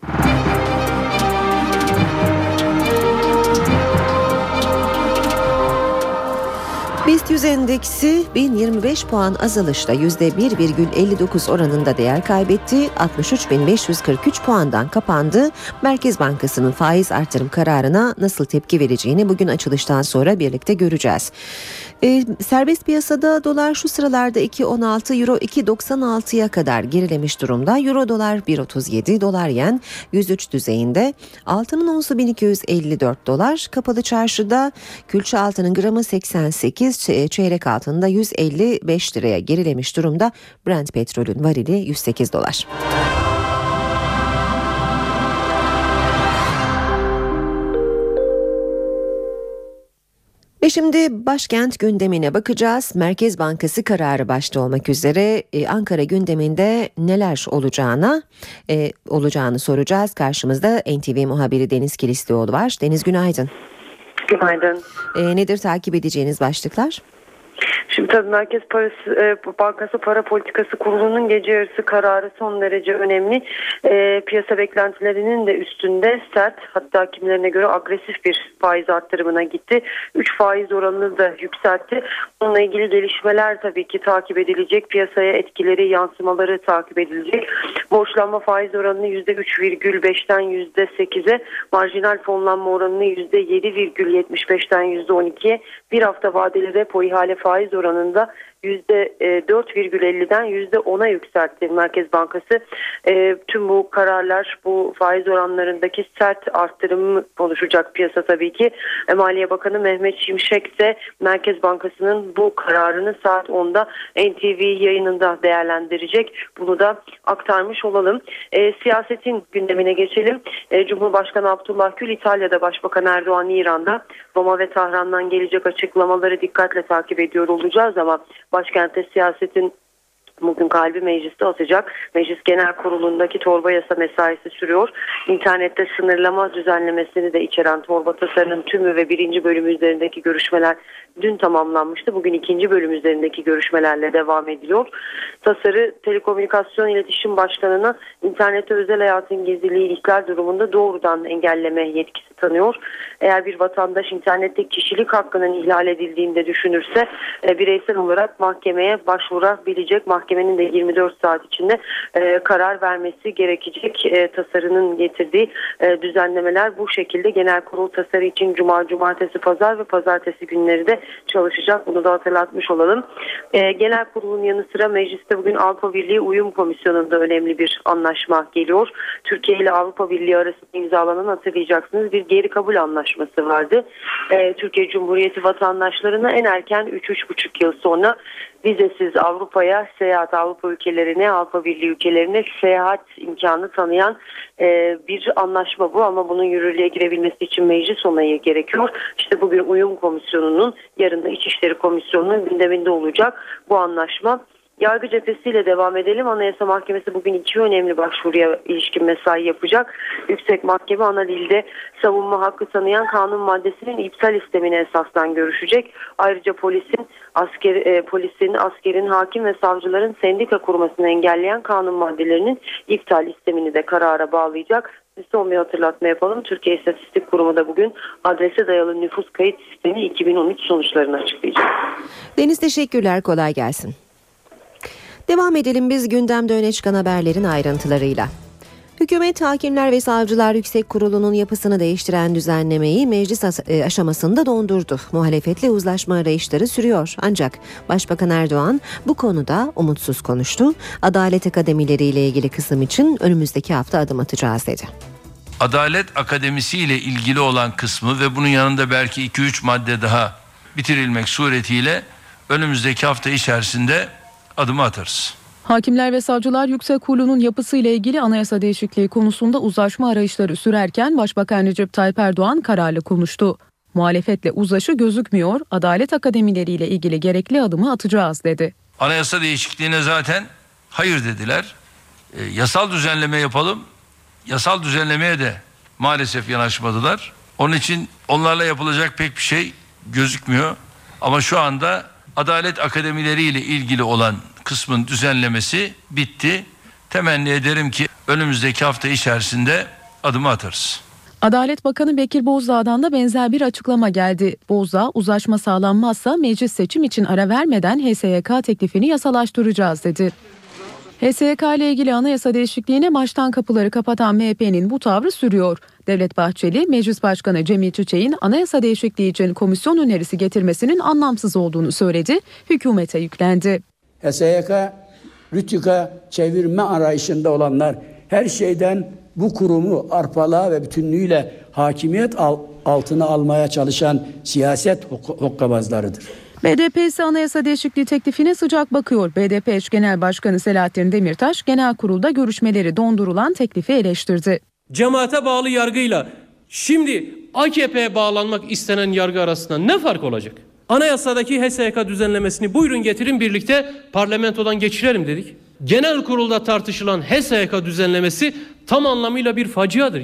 Speaker 2: BIST yüz endeksi bin yirmi beş puan azalışla yüzde bir virgül elli dokuz oranında değer kaybetti. altmış üç bin beş yüz kırk üç puandan kapandı. Merkez Bankası'nın faiz artırım kararına nasıl tepki vereceğini bugün açılıştan sonra birlikte göreceğiz. E, serbest piyasada dolar şu sıralarda iki virgül on altı, euro iki virgül doksan altıya kadar gerilemiş durumda. Euro dolar bir virgül otuz yedi, dolar yen yüz üç düzeyinde. Altının onsu bin iki yüz elli dört dolar. Kapalı çarşıda külçe altının gramı seksen sekiz, çeyrek altında yüz elli beş liraya gerilemiş durumda. Brent petrolün varili yüz sekiz dolar. Ve şimdi başkent gündemine bakacağız. Merkez Bankası kararı başta olmak üzere e, Ankara gündeminde neler olacağına e, olacağını soracağız. Karşımızda N T V muhabiri Deniz Kilislioğlu var. Deniz, günaydın.
Speaker 4: Günaydın.
Speaker 2: E, nedir takip edeceğiniz başlıklar?
Speaker 4: Şimdi tabii Merkez Parası, e, Bankası Para Politikası Kurulu'nun gece yarısı kararı son derece önemli. E, piyasa beklentilerinin de üstünde sert, hatta kimilerine göre agresif bir faiz arttırımına gitti. üç faiz oranını da yükseltti. Bununla ilgili gelişmeler tabii ki takip edilecek. Piyasaya etkileri, yansımaları takip edilecek. Borçlanma faiz oranını yüzde üç virgül beşten yüzde sekize, marjinal fonlanma oranını yüzde yedi virgül yetmiş beşten yüzde on ikiye, bir hafta vadeli repo ihale faiz oranında yüzde dört virgül elliden yüzde ona yükseltti Merkez Bankası. E, tüm bu kararlar, bu faiz oranlarındaki sert arttırımı konuşacak piyasa tabii ki. E, Maliye Bakanı Mehmet Şimşek de Merkez Bankası'nın bu kararını saat onda N T V yayınında değerlendirecek. Bunu da aktarmış olalım. E, siyasetin gündemine geçelim. E, Cumhurbaşkanı Abdullah Gül İtalya'da, Başbakan Erdoğan İran'da. Roma ve Tahran'dan gelecek açıklamaları dikkatle takip ediyor olacağız ama başkentte siyasetin bugün kalbi mecliste atacak. Meclis Genel Kurulu'ndaki torba yasa mesaisi sürüyor. İnternette sınırlama düzenlemesini de içeren torba tasarının tümü ve birinci bölümü üzerindeki görüşmeler dün tamamlanmıştı. Bugün ikinci bölüm üzerindeki görüşmelerle devam ediliyor. Tasarı Telekomünikasyon İletişim Başkanı'na internette özel hayatın gizliliği ihlal durumunda doğrudan engelleme yetkisi tanıyor. Eğer bir vatandaş internette kişilik hakkının ihlal edildiğinde düşünürse e, bireysel olarak mahkemeye başvurabilecek. Mahkemenin de yirmi dört saat içinde e, karar vermesi gerekecek. E, tasarının getirdiği e, düzenlemeler bu şekilde. Genel kurul tasarı için cuma, cumartesi, pazar ve pazartesi günleri de çalışacak. Bunu da hatırlatmış olalım. E, genel kurulun yanı sıra mecliste bugün Avrupa Birliği Uyum Komisyonu'nda önemli bir anlaşma geliyor. Türkiye ile Avrupa Birliği arasında imzalanan, hatırlayacaksınız, bir geri kabul anlaşması vardı. E, Türkiye Cumhuriyeti vatandaşlarına en erken üç üç buçuk yıl sonra vizesiz Avrupa'ya seyahat, Avrupa ülkelerine, Avrupa Birliği ülkelerine seyahat imkanı tanıyan e, bir anlaşma bu, ama bunun yürürlüğe girebilmesi için meclis onayı gerekiyor. İşte bugün Uyum Komisyonu'nun, yarın da İçişleri Komisyonu'nun gündeminde olacak bu anlaşma. Yargı cephesiyle devam edelim. Anayasa Mahkemesi bugün iki önemli başvuruya ilişkin mesai yapacak. Yüksek Mahkeme ana dilde savunma hakkı tanıyan kanun maddesinin iptal istemini esasdan görüşecek. Ayrıca polisin, asker, e, polisin, askerin, hakim ve savcıların sendika kurmasını engelleyen kanun maddelerinin iptal istemini de karara bağlayacak. Biz son bir hatırlatma yapalım. Türkiye İstatistik Kurumu da bugün adrese dayalı nüfus kayıt sistemi iki bin on üç sonuçlarını açıklayacak.
Speaker 2: Deniz, teşekkürler. Kolay gelsin. Devam edelim biz gündemde öne çıkan haberlerin ayrıntılarıyla. Hükümet, Hakimler ve Savcılar Yüksek Kurulu'nun yapısını değiştiren düzenlemeyi meclis aşamasında dondurdu. Muhalefetle uzlaşma arayışları sürüyor. Ancak Başbakan Erdoğan bu konuda umutsuz konuştu. Adalet Akademileri ile ilgili kısım için önümüzdeki hafta adım atacağız dedi.
Speaker 7: Adalet Akademisi ile ilgili olan kısmı ve bunun yanında belki iki üç madde daha bitirilmek suretiyle önümüzdeki hafta içerisinde adımı atarız.
Speaker 10: Hakimler ve Savcılar Yüksek Kurulu'nun yapısıyla ilgili anayasa değişikliği konusunda uzlaşma arayışları sürerken Başbakan Recep Tayyip Erdoğan kararlı konuştu. Muhalefetle uzlaşı gözükmüyor, Adalet Akademileri ile ilgili gerekli adımı atacağız dedi.
Speaker 7: Anayasa değişikliğine zaten hayır dediler. E, yasal düzenleme yapalım. Yasal düzenlemeye de maalesef yanaşmadılar. Onun için onlarla yapılacak pek bir şey gözükmüyor. Ama şu anda Adalet Akademileri ile ilgili olan kısmın düzenlemesi bitti. Temenni ederim ki önümüzdeki hafta içerisinde adımı atarız.
Speaker 10: Adalet Bakanı Bekir Bozdağ'dan da benzer bir açıklama geldi. Bozdağ, uzlaşma sağlanmazsa meclis seçim için ara vermeden H S Y K teklifini yasalaştıracağız dedi. H S Y K ile ilgili anayasa değişikliğine baştan kapıları kapatan M H P'nin bu tavrı sürüyor. Devlet Bahçeli, Meclis Başkanı Cemil Çiçek'in anayasa değişikliği için komisyon önerisi getirmesinin anlamsız olduğunu söyledi, hükümete yüklendi.
Speaker 5: H S Y K, rütüka çevirme arayışında olanlar her şeyden bu kurumu arpalığa ve bütünlüğüyle hakimiyet altına almaya çalışan siyaset hokkabazlarıdır.
Speaker 10: B D P ise anayasa değişikliği teklifine sıcak bakıyor. B D P eş genel başkanı Selahattin Demirtaş, genel kurulda görüşmeleri dondurulan teklifi eleştirdi.
Speaker 6: Cemaate bağlı yargıyla şimdi A K P'ye bağlanmak istenen yargı arasında ne fark olacak? Anayasadaki H S Y K düzenlemesini buyurun getirin birlikte parlamentodan geçirelim dedik. Genel kurulda tartışılan H S Y K düzenlemesi tam anlamıyla bir faciadır.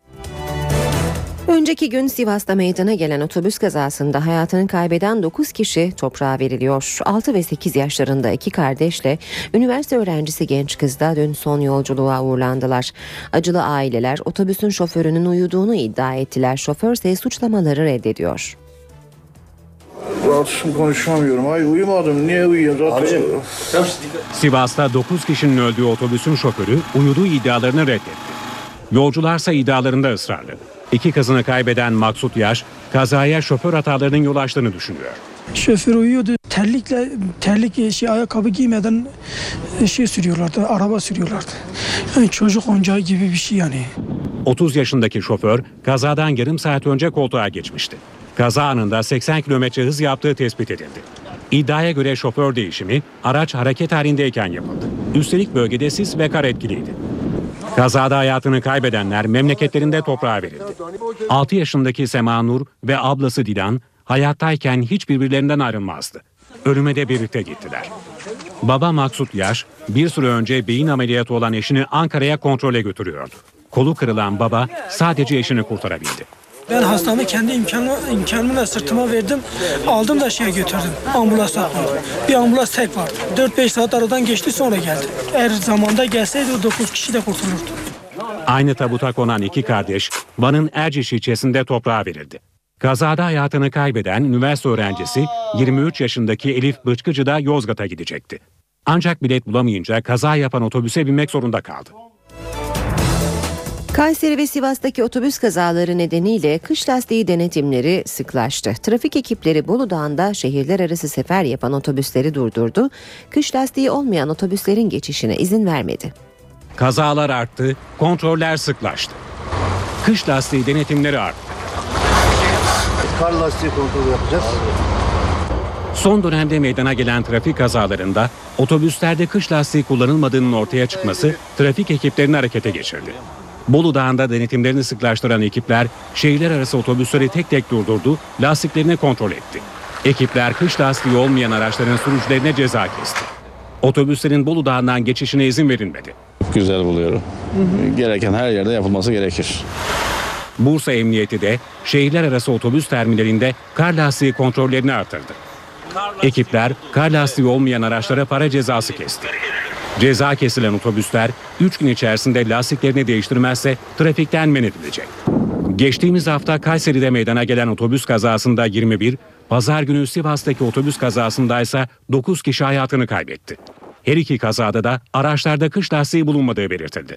Speaker 2: Önceki gün Sivas'ta meydana gelen otobüs kazasında hayatını kaybeden dokuz kişi toprağa veriliyor. altı ve sekiz yaşlarında iki kardeşle üniversite öğrencisi genç kız da dün son yolculuğa uğurlandılar. Acılı aileler otobüsün şoförünün uyuduğunu iddia ettiler. Şoför ise suçlamaları reddediyor.
Speaker 9: Rahatsızım, konuşamıyorum. Ay uyumadım. Niye uyuyayım? Zaten...
Speaker 8: Sivas'ta dokuz kişinin öldüğü otobüsün şoförü uyuduğu iddialarını reddetti. Yolcularsa iddialarında ısrarlı. İki kızını kaybeden Maksut Yaş, kazaya şoför hatalarının yol açtığını düşünüyor.
Speaker 12: Şoför uyuyordu. Terlikle terlik şey ayakkabı giymeden şey sürüyorlardı. Araba sürüyorlardı. Yani çocuk oyuncağı gibi bir şey yani.
Speaker 8: otuz yaşındaki şoför kazadan yarım saat önce koltuğa geçmişti. Kaza anında seksen kilometre hız yaptığı tespit edildi. İddiaya göre şoför değişimi araç hareket halindeyken yapıldı. Üstelik bölgede sis ve kar etkiliydi. Kazada hayatını kaybedenler memleketlerinde toprağa verildi. altı yaşındaki Sema Nur ve ablası Dilan hayattayken hiç birbirlerinden ayrılmazdı. Ölüme de birlikte gittiler. Baba Maksut Yaş bir süre önce beyin ameliyatı olan eşini Ankara'ya kontrole götürüyordu. Kolu kırılan baba sadece eşini kurtarabildi.
Speaker 12: Ben hastamı kendi imkanı, imkanımla sırtıma verdim. Aldım da şeye götürdüm. Ambulansa koydum. Bir ambulans tek vardı. dört beş saat aradan geçti sonra geldi. Eğer zamanda gelseydi o dokuz kişi de kurtulurdu.
Speaker 8: Aynı tabuta konan iki kardeş Van'ın Erciş ilçesinde toprağa verildi. Kazada hayatını kaybeden üniversite öğrencisi yirmi üç yaşındaki Elif Bıçkıcı da Yozgat'a gidecekti. Ancak bilet bulamayınca kaza yapan otobüse binmek zorunda kaldı.
Speaker 2: Kayseri ve Sivas'taki otobüs kazaları nedeniyle kış lastiği denetimleri sıklaştı. Trafik ekipleri Bolu Dağı'nda şehirler arası sefer yapan otobüsleri durdurdu. Kış lastiği olmayan otobüslerin geçişine izin vermedi.
Speaker 8: Kazalar arttı, kontroller sıklaştı. Kış lastiği denetimleri arttı.
Speaker 9: Kar lastiği kontrolü yapacağız.
Speaker 8: Son dönemde meydana gelen trafik kazalarında otobüslerde kış lastiği kullanılmadığının ortaya çıkması trafik ekiplerini harekete geçirdi. Bolu Dağı'nda denetimlerini sıklaştıran ekipler şehirler arası otobüsleri tek tek durdurdu, lastiklerini kontrol etti. Ekipler kış lastiği olmayan araçların sürücülerine ceza kesti. Otobüslerin Bolu Dağı'ndan geçişine izin verilmedi.
Speaker 25: Güzel buluyorum. Hı hı. Gereken her yerde yapılması gerekir.
Speaker 8: Bursa Emniyeti de şehirler arası otobüs terminalinde kar lastiği kontrollerini artırdı. Ekipler kar lastiği olmayan araçlara para cezası kesti. Ceza kesilen otobüsler üç gün içerisinde lastiklerini değiştirmezse trafikten men edilecek. Geçtiğimiz hafta Kayseri'de meydana gelen otobüs kazasında yirmi bir, pazar günü Sivas'taki otobüs kazasındaysa dokuz kişi hayatını kaybetti. Her iki kazada da araçlarda kış lastiği bulunmadığı belirtildi.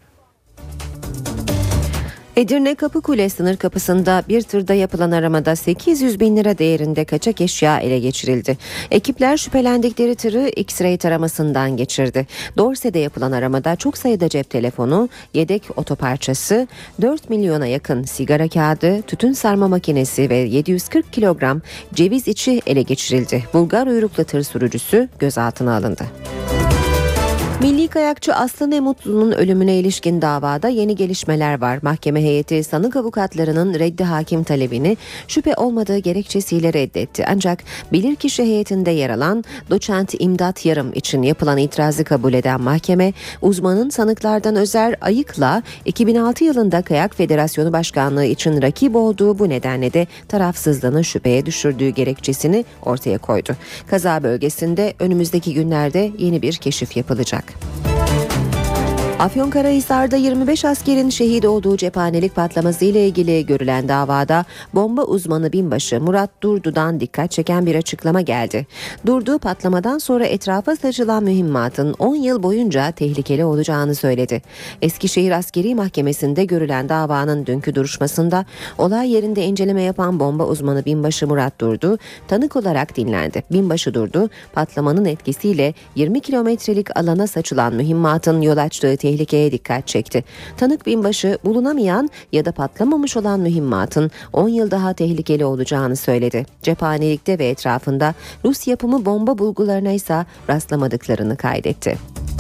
Speaker 2: Edirne Kapıkule sınır kapısında bir tırda yapılan aramada sekiz yüz bin lira değerinde kaçak eşya ele geçirildi. Ekipler şüphelendikleri tırı X-ray taramasından geçirdi. Dorse'de yapılan aramada çok sayıda cep telefonu, yedek otoparçası, dört milyona yakın sigara kağıdı, tütün sarma makinesi ve yedi yüz kırk kilogram ceviz içi ele geçirildi. Bulgar uyruklu tır sürücüsü gözaltına alındı. Milli kayakçı Aslı Nemutlu'nun ölümüne ilişkin davada yeni gelişmeler var. Mahkeme heyeti sanık avukatlarının reddi hakim talebini şüphe olmadığı gerekçesiyle reddetti. Ancak bilirkişi heyetinde yer alan doçent İmdat Yarım için yapılan itirazı kabul eden mahkeme, uzmanın sanıklardan Özer Ayık'la iki bin altı yılında Kayak Federasyonu Başkanlığı için rakip olduğu bu nedenle de tarafsızlığını şüpheye düşürdüğü gerekçesini ortaya koydu. Kaza bölgesinde önümüzdeki günlerde yeni bir keşif yapılacak. Afyonkarahisar'da yirmi beş askerin şehit olduğu cephanelik patlaması ile ilgili görülen davada bomba uzmanı binbaşı Murat Durdu'dan dikkat çeken bir açıklama geldi. Durdu patlamadan sonra etrafa saçılan mühimmatın on yıl boyunca tehlikeli olacağını söyledi. Eskişehir Askeri Mahkemesi'nde görülen davanın dünkü duruşmasında olay yerinde inceleme yapan bomba uzmanı binbaşı Murat Durdu tanık olarak dinlendi. Binbaşı Durdu patlamanın etkisiyle yirmi kilometrelik alana saçılan mühimmatın yol açtığı tehlikeye dikkat çekti. Tanık binbaşı bulunamayan ya da patlamamış olan mühimmatın on yıl daha tehlikeli olacağını söyledi. Cephanelikte ve etrafında Rus yapımı bomba bulgularına ise rastlamadıklarını kaydetti.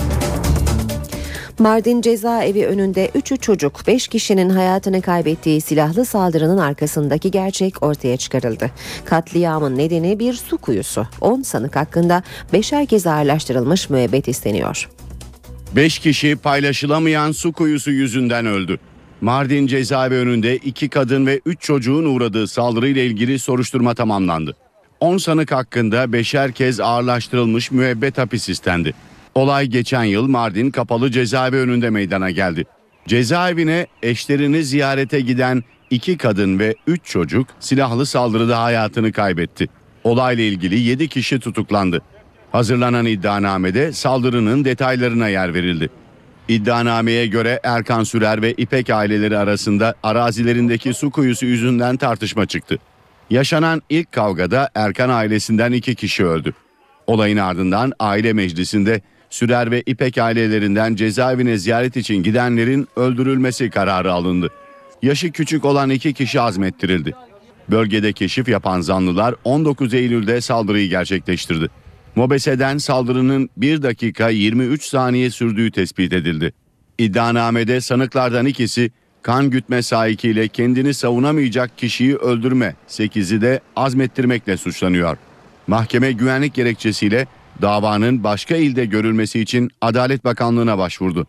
Speaker 2: Mardin cezaevi önünde üç çocuk beş kişinin hayatını kaybettiği silahlı saldırının arkasındaki gerçek ortaya çıkarıldı. Katliamın nedeni bir su kuyusu. on sanık hakkında beşer kez ağırlaştırılmış müebbet isteniyor.
Speaker 13: beş kişi paylaşılamayan su kuyusu yüzünden öldü. Mardin cezaevi önünde iki kadın ve üç çocuğun uğradığı saldırıyla ilgili soruşturma tamamlandı. on sanık hakkında beşer kez ağırlaştırılmış müebbet hapis istendi. Olay geçen yıl Mardin Kapalı Cezaevi önünde meydana geldi. Cezaevine eşlerini ziyarete giden iki kadın ve üç çocuk silahlı saldırıda hayatını kaybetti. Olayla ilgili yedi kişi tutuklandı. Hazırlanan iddianamede saldırının detaylarına yer verildi. İddianameye göre Erkan Sürer ve İpek aileleri arasında arazilerindeki su kuyusu yüzünden tartışma çıktı. Yaşanan ilk kavgada Erkan ailesinden iki kişi öldü. Olayın ardından aile meclisinde Sürer ve İpek ailelerinden cezaevine ziyaret için gidenlerin öldürülmesi kararı alındı. Yaşı küçük olan iki kişi azmettirildi. Bölgede keşif yapan zanlılar on dokuz Eylül'de saldırıyı gerçekleştirdi. MOBESE'den saldırının bir dakika yirmi üç saniye sürdüğü tespit edildi. İddianamede sanıklardan ikisi kan gütme sahikiyle kendini savunamayacak kişiyi öldürme, sekizi de azmettirmekle suçlanıyor. Mahkeme güvenlik gerekçesiyle davanın başka ilde görülmesi için Adalet Bakanlığı'na başvurdu.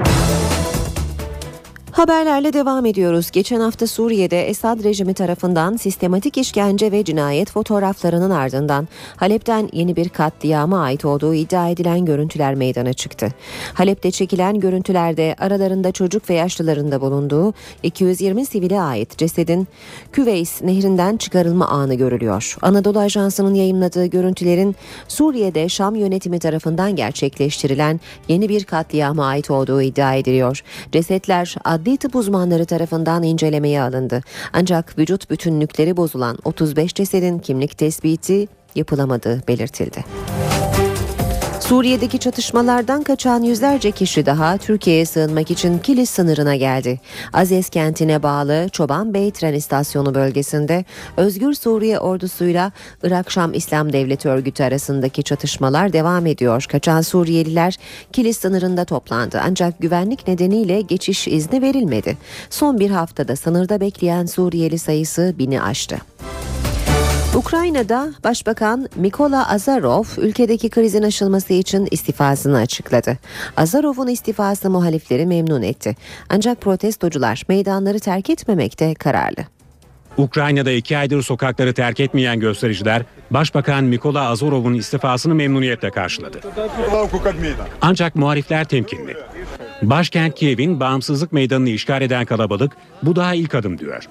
Speaker 2: Haberlerle devam ediyoruz. Geçen hafta Suriye'de Esad rejimi tarafından sistematik işkence ve cinayet fotoğraflarının ardından Halep'ten yeni bir katliama ait olduğu iddia edilen görüntüler meydana çıktı. Halep'te çekilen görüntülerde aralarında çocuk ve yaşlıların da bulunduğu iki yüz yirmi sivile ait cesedin Küveys nehrinden çıkarılma anı görülüyor. Anadolu Ajansı'nın yayımladığı görüntülerin Suriye'de Şam yönetimi tarafından gerçekleştirilen yeni bir katliama ait olduğu iddia ediliyor. Cesetler adli tıp uzmanları tarafından incelemeye alındı. Ancak vücut bütünlükleri bozulan otuz beş cesedin kimlik tespiti yapılamadığı belirtildi. Suriye'deki çatışmalardan kaçan yüzlerce kişi daha Türkiye'ye sığınmak için Kilis sınırına geldi. Azez kentine bağlı Çobanbey tren istasyonu bölgesinde Özgür Suriye ordusuyla Irak Şam İslam Devleti örgütü arasındaki çatışmalar devam ediyor. Kaçan Suriyeliler Kilis sınırında toplandı ancak güvenlik nedeniyle geçiş izni verilmedi. Son bir haftada sınırda bekleyen Suriyeli sayısı bini aştı. Ukrayna'da Başbakan Mykola Azarov ülkedeki krizin aşılması için istifasını açıkladı. Azarov'un istifası muhalifleri memnun etti. Ancak protestocular meydanları terk etmemekte kararlı.
Speaker 8: Ukrayna'da iki aydır sokakları terk etmeyen göstericiler Başbakan Mykola Azarov'un istifasını memnuniyetle karşıladı. Ancak muhalifler temkinli. Başkent Kiev'in bağımsızlık meydanını işgal eden kalabalık bu daha ilk adım diyor.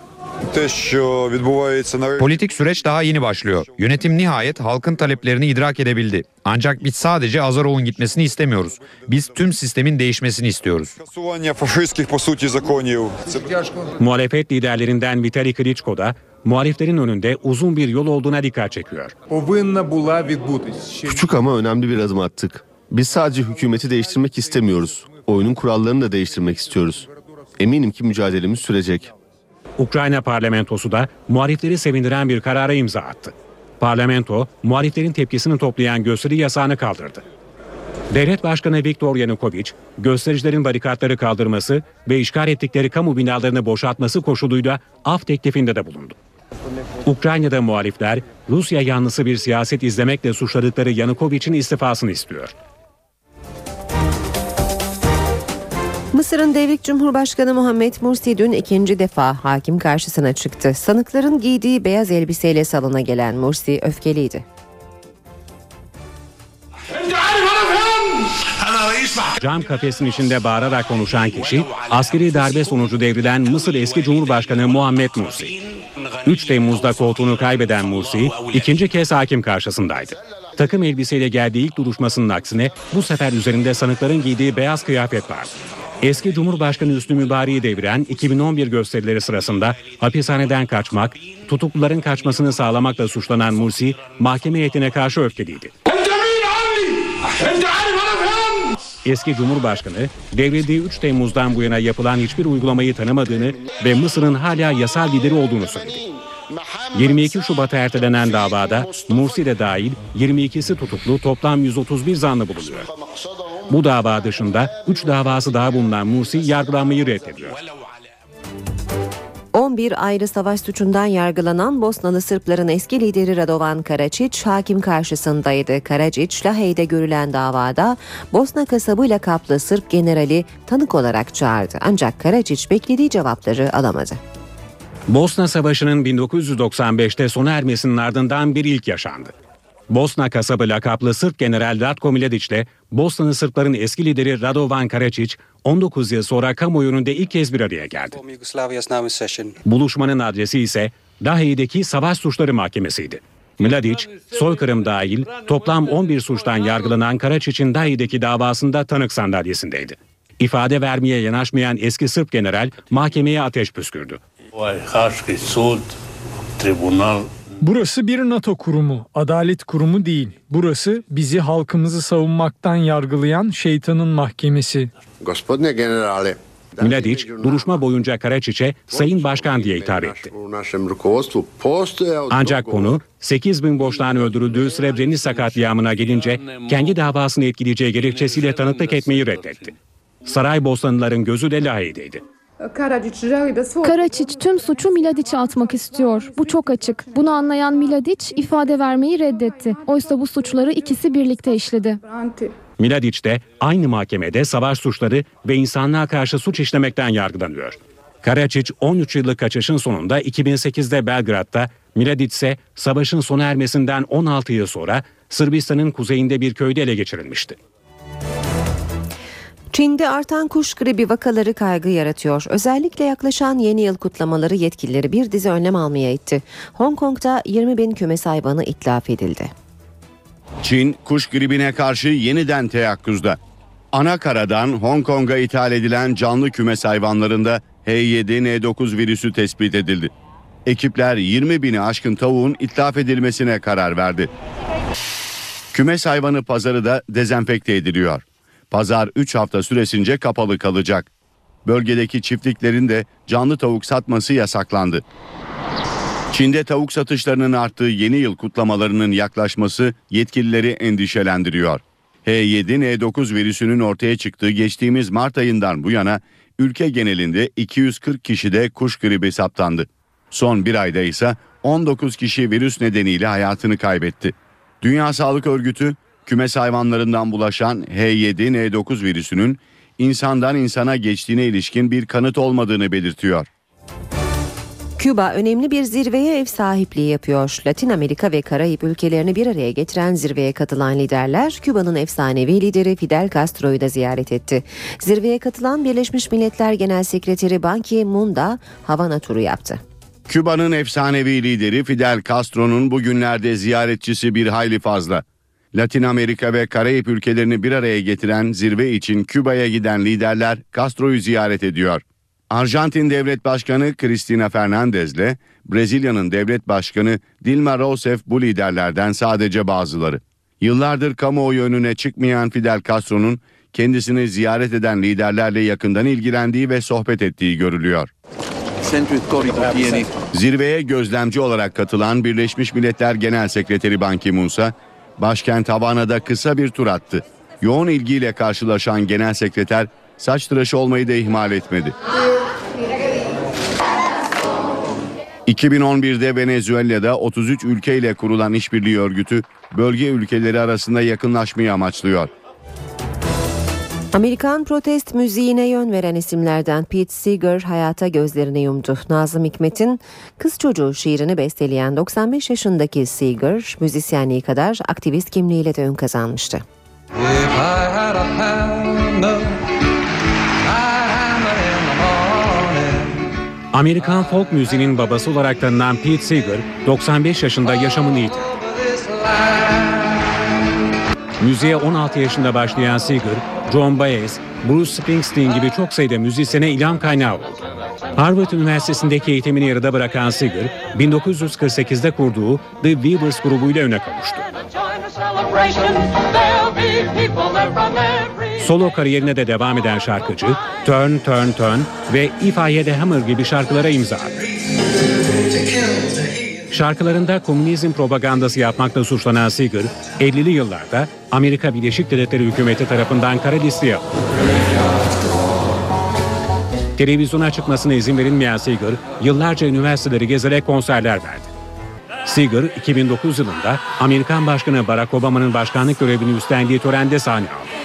Speaker 11: Politik süreç daha yeni başlıyor. Yönetim nihayet halkın taleplerini idrak edebildi. Ancak biz sadece Azarov'un gitmesini istemiyoruz. Biz tüm sistemin değişmesini istiyoruz.
Speaker 8: Muhalefet liderlerinden Vitali Klitschko da muhaliflerin önünde uzun bir yol olduğuna dikkat çekiyor.
Speaker 15: Küçük ama önemli bir adım attık. Biz sadece hükümeti değiştirmek istemiyoruz. Oyunun kurallarını da değiştirmek istiyoruz. Eminim ki mücadelemiz sürecek.
Speaker 8: Ukrayna parlamentosu da muhalifleri sevindiren bir karara imza attı. Parlamento, muhaliflerin tepkisini toplayan gösteri yasağını kaldırdı. Devlet Başkanı Viktor Yanukovych, göstericilerin barikatları kaldırması ve işgal ettikleri kamu binalarını boşaltması koşuluyla af teklifinde de bulundu. Ukrayna'da muhalifler, Rusya yanlısı bir siyaset izlemekle suçladıkları Yanukovych'in istifasını istiyor.
Speaker 2: Mısır'ın devrik Cumhurbaşkanı Muhammed Mursi dün ikinci defa hakim karşısına çıktı. Sanıkların giydiği beyaz elbiseyle salona gelen Mursi öfkeliydi.
Speaker 8: Cam kafesin içinde bağırarak konuşan kişi, askeri darbe sonucu devrilen Mısır eski Cumhurbaşkanı Muhammed Mursi. üç Temmuz'da koltuğunu kaybeden Mursi ikinci kez hakim karşısındaydı. Takım elbiseyle geldiği ilk duruşmasının aksine bu sefer üzerinde sanıkların giydiği beyaz kıyafet vardı. Eski Cumhurbaşkanı Hüsnü Mübarek'i deviren iki bin on bir gösterileri sırasında hapishaneden kaçmak, tutukluların kaçmasını sağlamakla suçlanan Mursi, mahkeme heyetine karşı öfkeliydi. Eski Cumhurbaşkanı, devrildiği üç Temmuz'dan bu yana yapılan hiçbir uygulamayı tanımadığını ve Mısır'ın hala yasal lideri olduğunu söyledi. yirmi iki Şubat'a ertelenen davada Mursi de dahil yirmi ikisi tutuklu, toplam yüz otuz bir zanlı bulunuyor. Bu dava dışında üç davası daha bulunan Mursi yargılanmayı reddediyor.
Speaker 2: on bir ayrı savaş suçundan yargılanan Bosnalı Sırpların eski lideri Radovan Karačić hakim karşısındaydı. Karačić, Lahey'de görülen davada Bosna kasabıyla kaplı Sırp generali tanık olarak çağırdı. Ancak Karačić beklediği cevapları alamadı.
Speaker 8: Bosna Savaşı'nın bin dokuz yüz doksan beşte sona ermesinin ardından bir ilk yaşandı. Bosna kasabı lakaplı Sırp General Ratko Mladić ile Bosnalı Sırpların eski lideri Radovan Karačić on dokuz yıl sonra kamuoyu önünde ilk kez bir araya geldi. Buluşmanın adresi ise Lahey'deki Savaş Suçları Mahkemesi'ydi. Mladić, soykırım dahil toplam on bir suçtan yargılanan Karačić'in Lahey'deki davasında tanık sandalyesindeydi. İfade vermeye yanaşmayan eski Sırp general mahkemeye ateş püskürdü.
Speaker 16: Burası bir NATO kurumu, adalet kurumu değil. Burası bizi, halkımızı savunmaktan yargılayan şeytanın mahkemesi.
Speaker 8: Mladić, duruşma boyunca Karačić'e Sayın Başkan diye hitap etti. Ancak konu sekiz bin boşnağın öldürüldüğü Srebrenica katliamına gelince kendi davasını etkileyeceği gerekçesiyle tanıklık etmeyi reddetti. Saraybosnalıların gözü de Lahey'deydi.
Speaker 17: Karačić tüm suçu Mladić'e atmak istiyor. Bu çok açık. Bunu anlayan Mladić ifade vermeyi reddetti. Oysa bu suçları ikisi birlikte işledi.
Speaker 8: Mladić de aynı mahkemede savaş suçları ve insanlığa karşı suç işlemekten yargılanıyor. Karačić on üç yıllık kaçışın sonunda iki bin sekizde Belgrad'da, Mladić ise savaşın sona ermesinden on altı yıl sonra Sırbistan'ın kuzeyinde bir köyde ele geçirilmişti.
Speaker 2: Çin'de artan kuş gribi vakaları kaygı yaratıyor. Özellikle yaklaşan yeni yıl kutlamaları yetkilileri bir dizi önlem almaya itti. Hong Kong'da yirmi bin kümes hayvanı itlaf edildi.
Speaker 13: Çin, kuş gribine karşı yeniden teyakkuzda. Ana karadan Hong Kong'a ithal edilen canlı kümes hayvanlarında H yedi N dokuz virüsü tespit edildi. Ekipler yirmi bini aşkın tavuğun itlaf edilmesine karar verdi. Kümes hayvanı pazarı da dezenfekte ediliyor. Pazar üç hafta süresince kapalı kalacak. Bölgedeki çiftliklerin de canlı tavuk satması yasaklandı. Çin'de tavuk satışlarının arttığı yeni yıl kutlamalarının yaklaşması yetkilileri endişelendiriyor. H yedi N dokuz virüsünün ortaya çıktığı geçtiğimiz Mart ayından bu yana ülke genelinde iki yüz kırk kişide kuş gribi saptandı. Son bir ayda ise on dokuz kişi virüs nedeniyle hayatını kaybetti. Dünya Sağlık Örgütü, kümes hayvanlarından bulaşan H yedi N dokuz virüsünün insandan insana geçtiğine ilişkin bir kanıt olmadığını belirtiyor.
Speaker 2: Küba önemli bir zirveye ev sahipliği yapıyor. Latin Amerika ve Karayip ülkelerini bir araya getiren zirveye katılan liderler, Küba'nın efsanevi lideri Fidel Castro'yu da ziyaret etti. Zirveye katılan Birleşmiş Milletler Genel Sekreteri Ban Ki-moon da Havana turu yaptı.
Speaker 13: Küba'nın efsanevi lideri Fidel Castro'nun bugünlerde ziyaretçisi bir hayli fazla. Latin Amerika ve Karayip ülkelerini bir araya getiren zirve için Küba'ya giden liderler Castro'yu ziyaret ediyor. Arjantin Devlet Başkanı Cristina Fernandez ile Brezilya'nın Devlet Başkanı Dilma Rousseff bu liderlerden sadece bazıları. Yıllardır kamuoyu önüne çıkmayan Fidel Castro'nun kendisini ziyaret eden liderlerle yakından ilgilendiği ve sohbet ettiği görülüyor. Zirveye gözlemci olarak katılan Birleşmiş Milletler Genel Sekreteri Ban Ki-moon ise başkent Havana'da kısa bir tur attı. Yoğun ilgiyle karşılaşan Genel Sekreter saç tıraşı olmayı da ihmal etmedi. iki bin on birde Venezuela'da otuz üç ülkeyle kurulan işbirliği örgütü bölge ülkeleri arasında yakınlaşmayı amaçlıyor.
Speaker 2: Amerikan protest müziğine yön veren isimlerden Pete Seeger hayata gözlerini yumdu. Nazım Hikmet'in Kız Çocuğu şiirini besteleyen doksan beş yaşındaki Seeger, müzisyenliği kadar aktivist kimliğiyle de ön kazanmıştı.
Speaker 8: Amerikan folk müziğinin babası olarak tanınan Pete Seeger, doksan beş yaşında yaşamını yitirdi. Müziğe on altı yaşında başlayan Seeger, John Baez, Bruce Springsteen gibi çok sayıda müzisyene ilham kaynağı oldu. Harvard Üniversitesi'ndeki eğitimini yarıda bırakan Seeger, bin dokuz yüz kırk sekizde kurduğu The Weavers grubuyla öne kavuştu. Solo kariyerine de devam eden şarkıcı, Turn Turn Turn ve If I Had a Hammer gibi şarkılara imza attı. Şarkılarında komünizm propagandası yapmakla suçlanan Seeger, ellili yıllarda Amerika Birleşik Devletleri hükümeti tarafından kara listeye alındı. Televizyona çıkmasına izin verilmeyen Seeger, yıllarca üniversiteleri gezerek konserler verdi. Seeger, iki bin dokuz yılında Amerikan Başkanı Barack Obama'nın başkanlık görevini üstlendiği törende sahne aldı.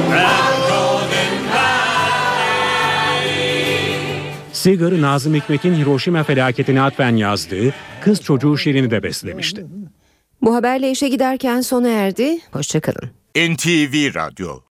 Speaker 8: Seeger, Nazım Hikmet'in Hiroşima felaketine atfen yazdığı Kız Çocuğu şiirini de beslemişti.
Speaker 2: Bu haberle işe giderken sona erdi. Hoşçakalın.
Speaker 18: N T V Radyo